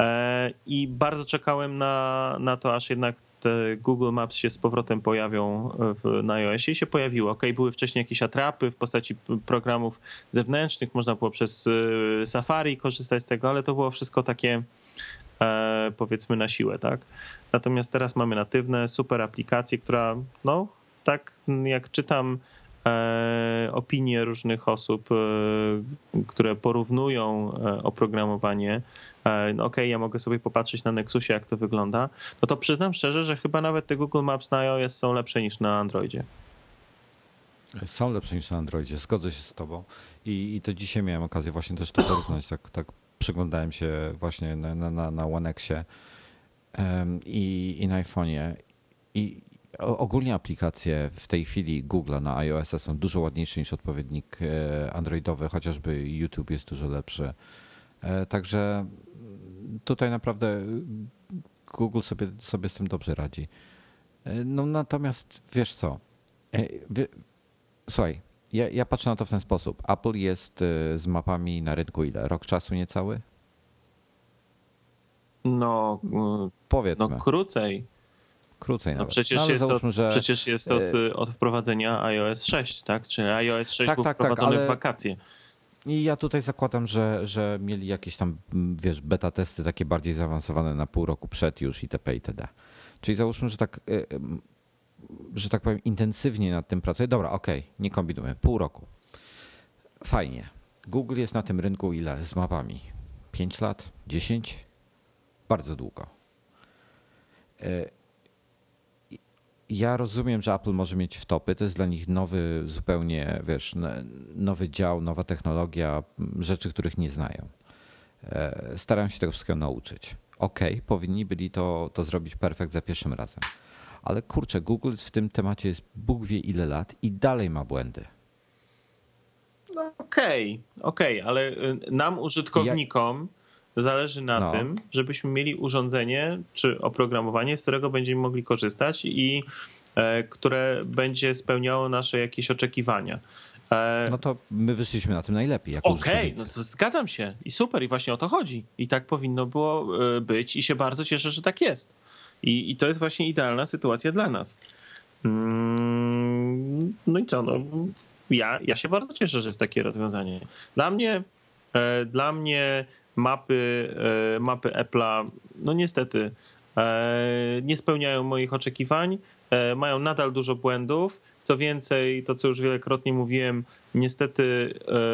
I bardzo czekałem na, na to, aż jednak te Google Maps się z powrotem pojawią w, na iOSie i się pojawiło. Okay, były wcześniej jakieś atrapy w postaci programów zewnętrznych, można było przez Safari korzystać z tego, ale to było wszystko takie powiedzmy na siłę, tak? Natomiast teraz mamy natywne, super aplikację, która no tak jak czytam opinie różnych osób, które porównują oprogramowanie. No okej, okay, ja mogę sobie popatrzeć na Nexusie, jak to wygląda. No to przyznam szczerze, że chyba nawet te Google Maps na iOS są lepsze niż na Androidzie. Są lepsze niż na Androidzie, zgodzę się z tobą. I, i to dzisiaj miałem okazję właśnie też to porównać. Tak, tak przyglądałem się właśnie na, na, na One Xie um, i, i na iPhone'ie. I ogólnie aplikacje w tej chwili Google'a na iOS-a są dużo ładniejsze niż odpowiednik androidowy, chociażby YouTube jest dużo lepszy. Także tutaj naprawdę Google sobie, sobie z tym dobrze radzi. No natomiast wiesz co, słuchaj, ja, ja patrzę na to w ten sposób. Apple jest z mapami na rynku ile? Rok czasu niecały? No, powiedzmy. No krócej. Krócej no nawet. Przecież, no, jest załóżmy, od, że... przecież jest od, od wprowadzenia iOS sześć, tak? Czyli iOS sześć tak, był tak, wprowadzony tak, ale... w wakacje. I ja tutaj zakładam, że, że mieli jakieś tam, wiesz, beta testy takie bardziej zaawansowane na pół roku przed już itp. itd. Czyli załóżmy, że tak, że tak powiem, intensywnie nad tym pracuje. Dobra, okej, okay, nie kombinujmy. Pół roku. Fajnie. Google jest na tym rynku ile z mapami? pięć lat? dziesięć? Bardzo długo. Ja rozumiem, że Apple może mieć wtopy, to jest dla nich nowy zupełnie, wiesz, nowy dział, nowa technologia, rzeczy, których nie znają. Starają się tego wszystkiego nauczyć. Okej, okay, powinni byli to, to zrobić perfekt za pierwszym razem. Ale kurczę, Google w tym temacie jest Bóg wie ile lat i dalej ma błędy. No okej, okay, okej, okay, ale nam użytkownikom ja... zależy na no. tym, żebyśmy mieli urządzenie czy oprogramowanie, z którego będziemy mogli korzystać i e, które będzie spełniało nasze jakieś oczekiwania. E... No to my wyszliśmy na tym najlepiej jako Okej, okay, no zgadzam się i super i właśnie o to chodzi. I tak powinno było być i się bardzo cieszę, że tak jest. I, i to jest właśnie idealna sytuacja dla nas. Mm, no i co, no ja, ja się bardzo cieszę, że jest takie rozwiązanie. Dla mnie, e, dla mnie mapy, e, mapy Apple'a, no niestety e, nie spełniają moich oczekiwań, e, mają nadal dużo błędów. Co więcej, to co już wielokrotnie mówiłem, niestety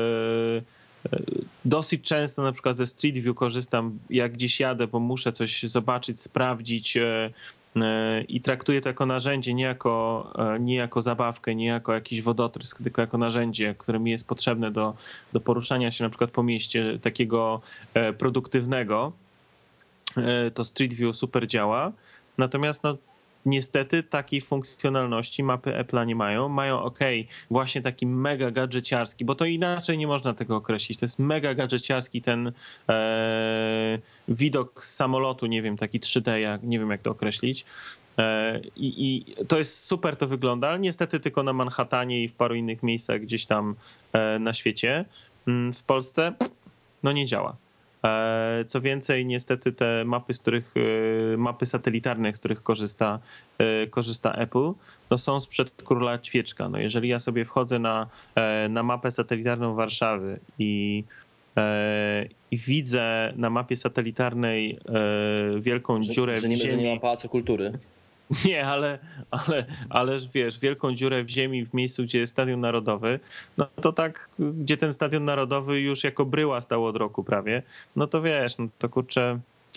e, e, dosyć często na przykład ze Street View korzystam, jak gdzieś jadę, bo muszę coś zobaczyć, sprawdzić, e, i traktuję to jako narzędzie, nie jako, nie jako zabawkę, nie jako jakiś wodotrysk, tylko jako narzędzie, które mi jest potrzebne do, do poruszania się na przykład po mieście takiego produktywnego. To Street View super działa. Natomiast no, niestety takiej funkcjonalności mapy Apple'a nie mają. Mają ok, właśnie taki mega gadżeciarski, bo to inaczej nie można tego określić. To jest mega gadżeciarski ten e, widok z samolotu, nie wiem, taki trzy D, jak, nie wiem jak to określić. E, i, I to jest super, to wygląda, ale niestety tylko na Manhattanie i w paru innych miejscach gdzieś tam e, na świecie. W Polsce no nie działa. Co więcej, niestety te mapy, z których, mapy satelitarne, z których korzysta, korzysta Apple, no są sprzed króla ćwieczka. No jeżeli ja sobie wchodzę na, na mapę satelitarną Warszawy i, i widzę na mapie satelitarnej wielką że, dziurę że nie, w ziemi... Że nie ma Pałacu Kultury. Nie, ale, ale, ale wiesz, wielką dziurę w ziemi w miejscu, gdzie jest Stadion Narodowy, no to tak, gdzie ten Stadion Narodowy już jako bryła stał od roku prawie, no to wiesz, no to kurczę,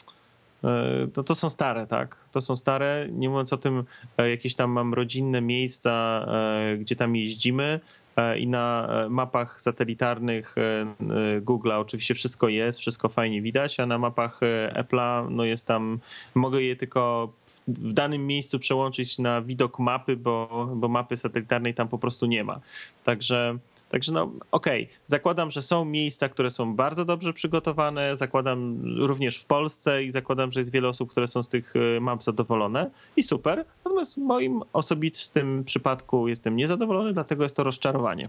to, to są stare, tak? To są stare, nie mówiąc o tym, jakieś tam mam rodzinne miejsca, gdzie tam jeździmy i na mapach satelitarnych Google'a oczywiście wszystko jest, wszystko fajnie widać, a na mapach Apple'a no jest tam, mogę je tylko w danym miejscu przełączyć na widok mapy, bo, bo mapy satelitarnej tam po prostu nie ma. Także, także no okej, okay. Zakładam, że są miejsca, które są bardzo dobrze przygotowane, zakładam również w Polsce i zakładam, że jest wiele osób, które są z tych map zadowolone i super. Natomiast w moim osobistym przypadku jestem niezadowolony, dlatego jest to rozczarowanie.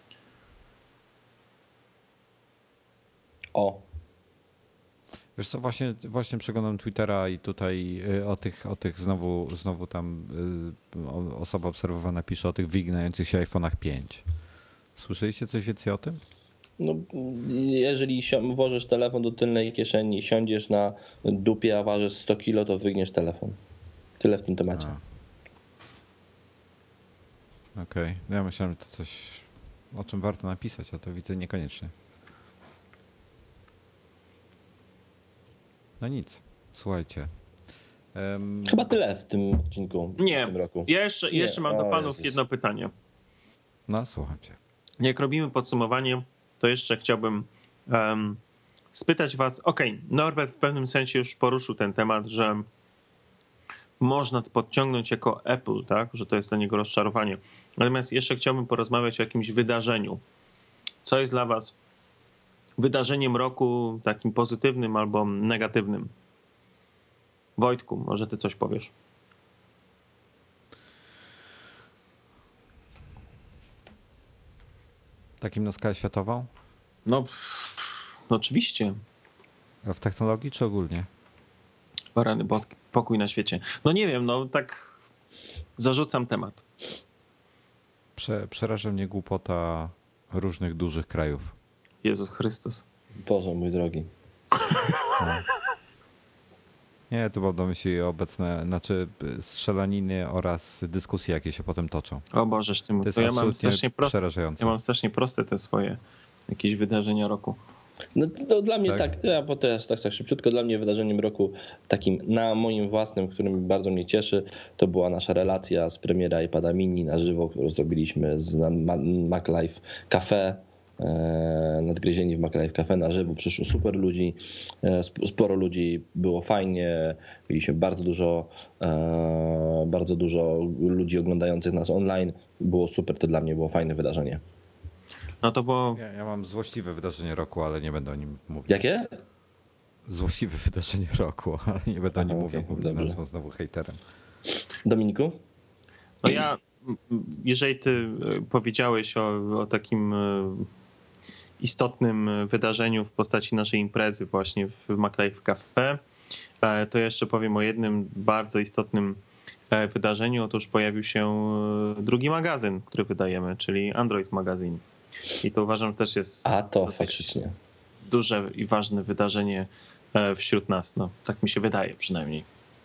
O. Wiesz co, właśnie, właśnie przeglądam Twittera i tutaj o tych, o tych znowu, znowu tam osoba obserwowana pisze o tych wyginających się iPhone'ach pięć. Słyszeliście coś więcej o tym? No, jeżeli włożysz telefon do tylnej kieszeni, siądziesz na dupie, a ważysz sto kilo, to wygniesz telefon. Tyle w tym temacie. Okej, okay. Ja myślałem, że to coś, o czym warto napisać, a to widzę niekoniecznie. No nic, słuchajcie. Um... Chyba tyle w tym odcinku. Nie, w tym roku. Ja jeszcze, Nie. jeszcze mam do panów Jezus. jedno pytanie. No, słucham cię. Jak robimy podsumowanie, to jeszcze chciałbym um, spytać was, okej, okay, Norbert w pewnym sensie już poruszył ten temat, że można to podciągnąć jako Apple, tak, że to jest dla niego rozczarowanie. Natomiast jeszcze chciałbym porozmawiać o jakimś wydarzeniu. Co jest dla was wydarzeniem roku takim pozytywnym albo negatywnym? Wojtku, może ty coś powiesz? Takim na skalę światową? No, no oczywiście. A w technologii czy ogólnie? O rany boski, pokój na świecie. No nie wiem, no tak zarzucam temat. Prze, przeraża mnie głupota różnych dużych krajów. Jezus Chrystus. Boże mój drogi. No. Nie, to mam na myśli obecne, znaczy strzelaniny oraz dyskusje, jakie się potem toczą. O Boże, ty, to jest to ja mam strasznie proste, przerażające. Ja mam strasznie proste te swoje jakieś wydarzenia roku. No to dla mnie Tak? tak, ja bo też tak, tak szybciutko, dla mnie wydarzeniem roku takim na moim własnym, którym bardzo mnie cieszy, to była nasza relacja z premiera iPada mini na żywo, którą zrobiliśmy z MacLife Cafe. Nadgryzieni w MacLife Cafe na żywo, przyszło super ludzi, sporo ludzi, było fajnie, mieliśmy bardzo dużo, bardzo dużo ludzi oglądających nas online, było super, to dla mnie było fajne wydarzenie. No to było... Ja, ja mam złośliwe wydarzenie roku, ale nie będę o nim mówił. Jakie? Złośliwe wydarzenie roku, ale nie będę Aha, o nim okay, mówił, bo będę znowu hejterem. Dominiku? No ja, jeżeli ty powiedziałeś o, o takim istotnym wydarzeniu w postaci naszej imprezy właśnie w MacLife Cafe, to jeszcze powiem o jednym bardzo istotnym wydarzeniu. Otóż pojawił się drugi magazyn, który wydajemy, czyli Android Magazine. I to uważam, że też jest A to faktycznie duże i ważne wydarzenie wśród nas. No, tak mi się wydaje przynajmniej.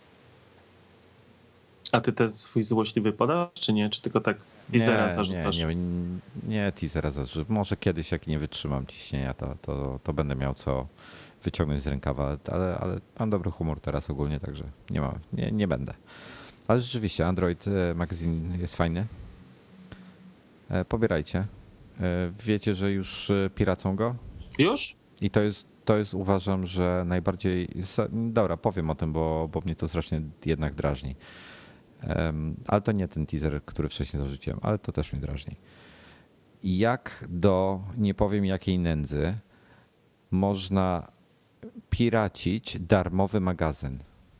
A ty ten swój złośliwy podasz, czy nie? Czy tylko tak teasera zarzucasz? Nie, nie, nie, nie teasera zarzucam. Może kiedyś, jak nie wytrzymam ciśnienia, to, to, to będę miał co wyciągnąć z rękawa, ale, ale mam dobry humor teraz ogólnie, także nie, ma, nie, nie będę. Ale rzeczywiście Android Magazine jest fajny. Pobierajcie. Wiecie, że już piracą go? Już? I to jest, to jest uważam, że najbardziej... Dobra, powiem o tym, bo, bo mnie to strasznie jednak drażni. Um, ale to nie ten teaser, który wcześniej zarzuciłem, ale to też mnie drażni. Jak do, nie powiem jakiej nędzy, można piracić darmowy magazyn?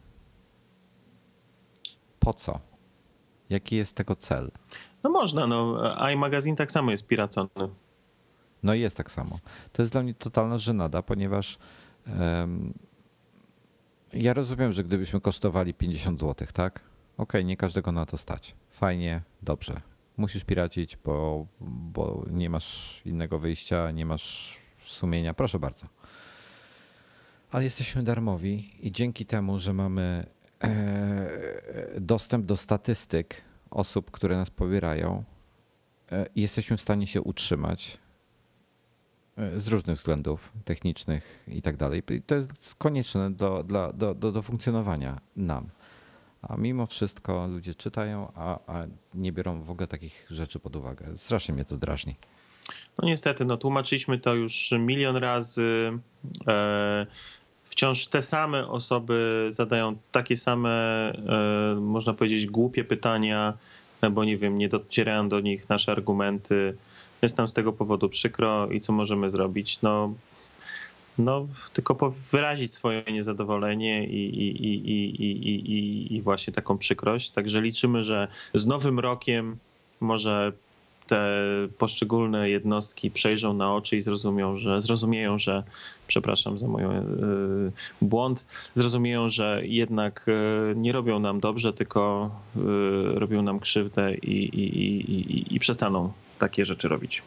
Po co? Jaki jest tego cel? No można, no. iMagazine tak samo jest piracony. No i jest tak samo. To jest dla mnie totalna żenada, ponieważ um, ja rozumiem, że gdybyśmy kosztowali pięćdziesiąt złotych, tak? Okej, okay, nie każdego na to stać. Fajnie, dobrze. Musisz piracić, bo, bo nie masz innego wyjścia, nie masz sumienia. Proszę bardzo. Ale jesteśmy darmowi i dzięki temu, że mamy e, dostęp do statystyk osób, które nas pobierają, e, jesteśmy w stanie się utrzymać e, z różnych względów technicznych i tak dalej. To jest konieczne do, dla, do, do, do funkcjonowania nam. A mimo wszystko ludzie czytają, a, a nie biorą w ogóle takich rzeczy pod uwagę. Strasznie mnie to drażni. No niestety, no tłumaczyliśmy to już milion razy. E, wciąż te same osoby zadają takie same, e, można powiedzieć, głupie pytania, bo nie wiem, nie docierają do nich nasze argumenty. Jest nam z tego powodu przykro i co możemy zrobić? No, no tylko wyrazić swoje niezadowolenie i, i, i, i, i, i, i właśnie taką przykrość. Także liczymy, że z nowym rokiem może te poszczególne jednostki przejrzą na oczy i zrozumią, że zrozumieją, że przepraszam za mój yy, błąd, zrozumieją, że jednak yy, nie robią nam dobrze, tylko yy, robią nam krzywdę i, i, i, i, i przestaną takie rzeczy robić.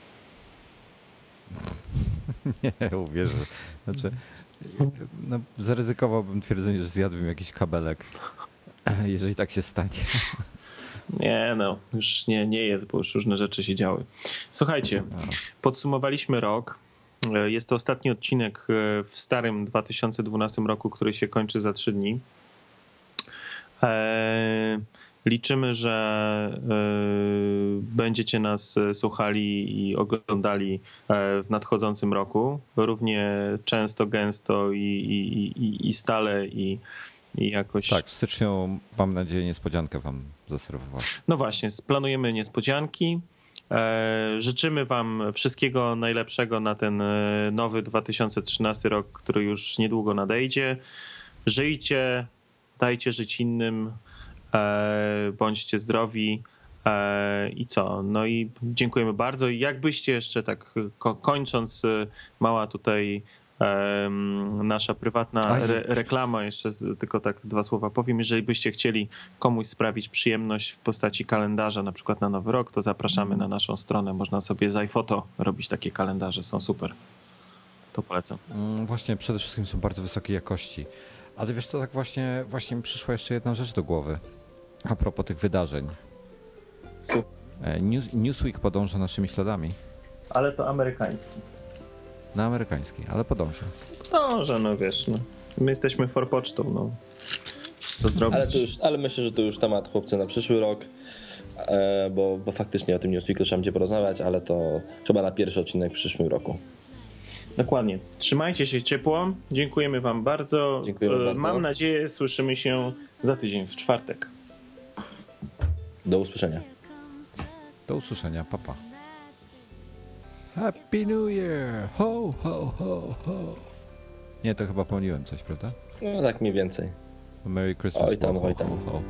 Nie uwierzę. Znaczy, no, zaryzykowałbym twierdzenie, że zjadłbym jakiś kabelek, jeżeli tak się stanie. Nie, no, już nie, nie jest, bo już różne rzeczy się działy. Słuchajcie, podsumowaliśmy rok. Jest to ostatni odcinek w starym dwa tysiące dwunastym roku, który się kończy za trzy dni. Liczymy, że będziecie nas słuchali i oglądali w nadchodzącym roku. Równie często, gęsto i, i, i, i stale i I jakoś... Tak, w styczniu mam nadzieję niespodziankę wam zaserwować. No właśnie, planujemy niespodzianki. Życzymy wam wszystkiego najlepszego na ten nowy dwa tysiące trzynasty rok, który już niedługo nadejdzie. Żyjcie, dajcie żyć innym, bądźcie zdrowi i co? No i dziękujemy bardzo. I jakbyście jeszcze tak kończąc, mała tutaj nasza prywatna re- reklama, jeszcze tylko tak dwa słowa powiem, jeżeli byście chcieli komuś sprawić przyjemność w postaci kalendarza, na przykład na Nowy Rok, to zapraszamy na naszą stronę, można sobie z iPhoto robić takie kalendarze, są super, to polecam. Właśnie przede wszystkim są bardzo wysokiej jakości, ale wiesz co, tak właśnie, właśnie mi przyszła jeszcze jedna rzecz do głowy a propos tych wydarzeń. Super. News, Newsweek podąża naszymi śladami. Ale to amerykański. Na amerykańskiej, ale podążę. Dobrze, no wiesz, no. My jesteśmy forpocztą, no. Co zrobić? Ale, to już, ale myślę, że to już temat, chłopcy, na przyszły rok, e, bo, bo faktycznie o tym Newsweeku trzeba będzie porozmawiać, ale to chyba na pierwszy odcinek w przyszłym roku. Dokładnie. Trzymajcie się ciepło. Dziękujemy wam bardzo. Dziękujemy bardzo. Mam nadzieję, słyszymy się za tydzień w czwartek. Do usłyszenia. Do usłyszenia, papa. Happy New Year! Ho, ho, ho, ho. Nie, to chyba pomyliłem coś, prawda? No tak mniej więcej. Merry Christmas. Oj tam, ho, oj tam. ho, ho.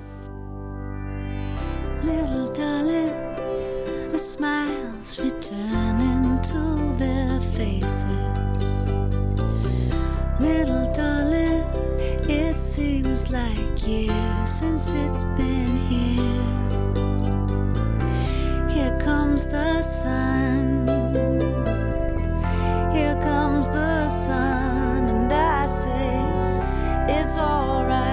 Little darling, the smiles returning to their faces. Little darling, it seems like years since it's been here. Here comes the sun. Here comes the sun, and I say it's all right.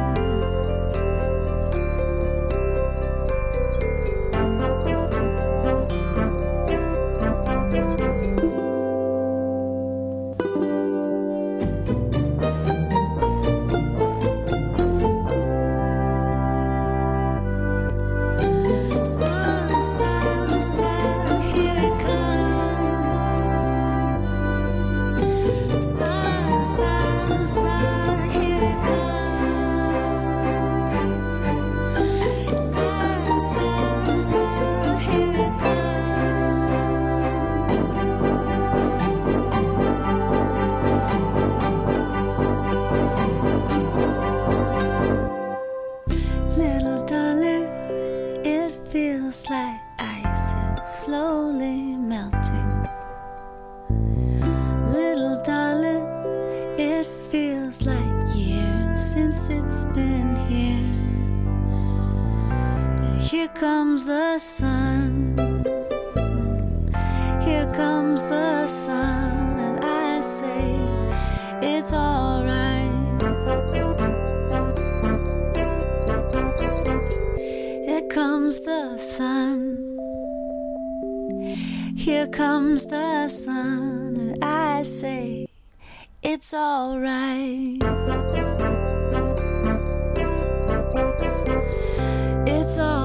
Here comes the sun. Here comes the sun, and I say it's all right. Here comes the sun. Here comes the sun, and I say it's all right. It's all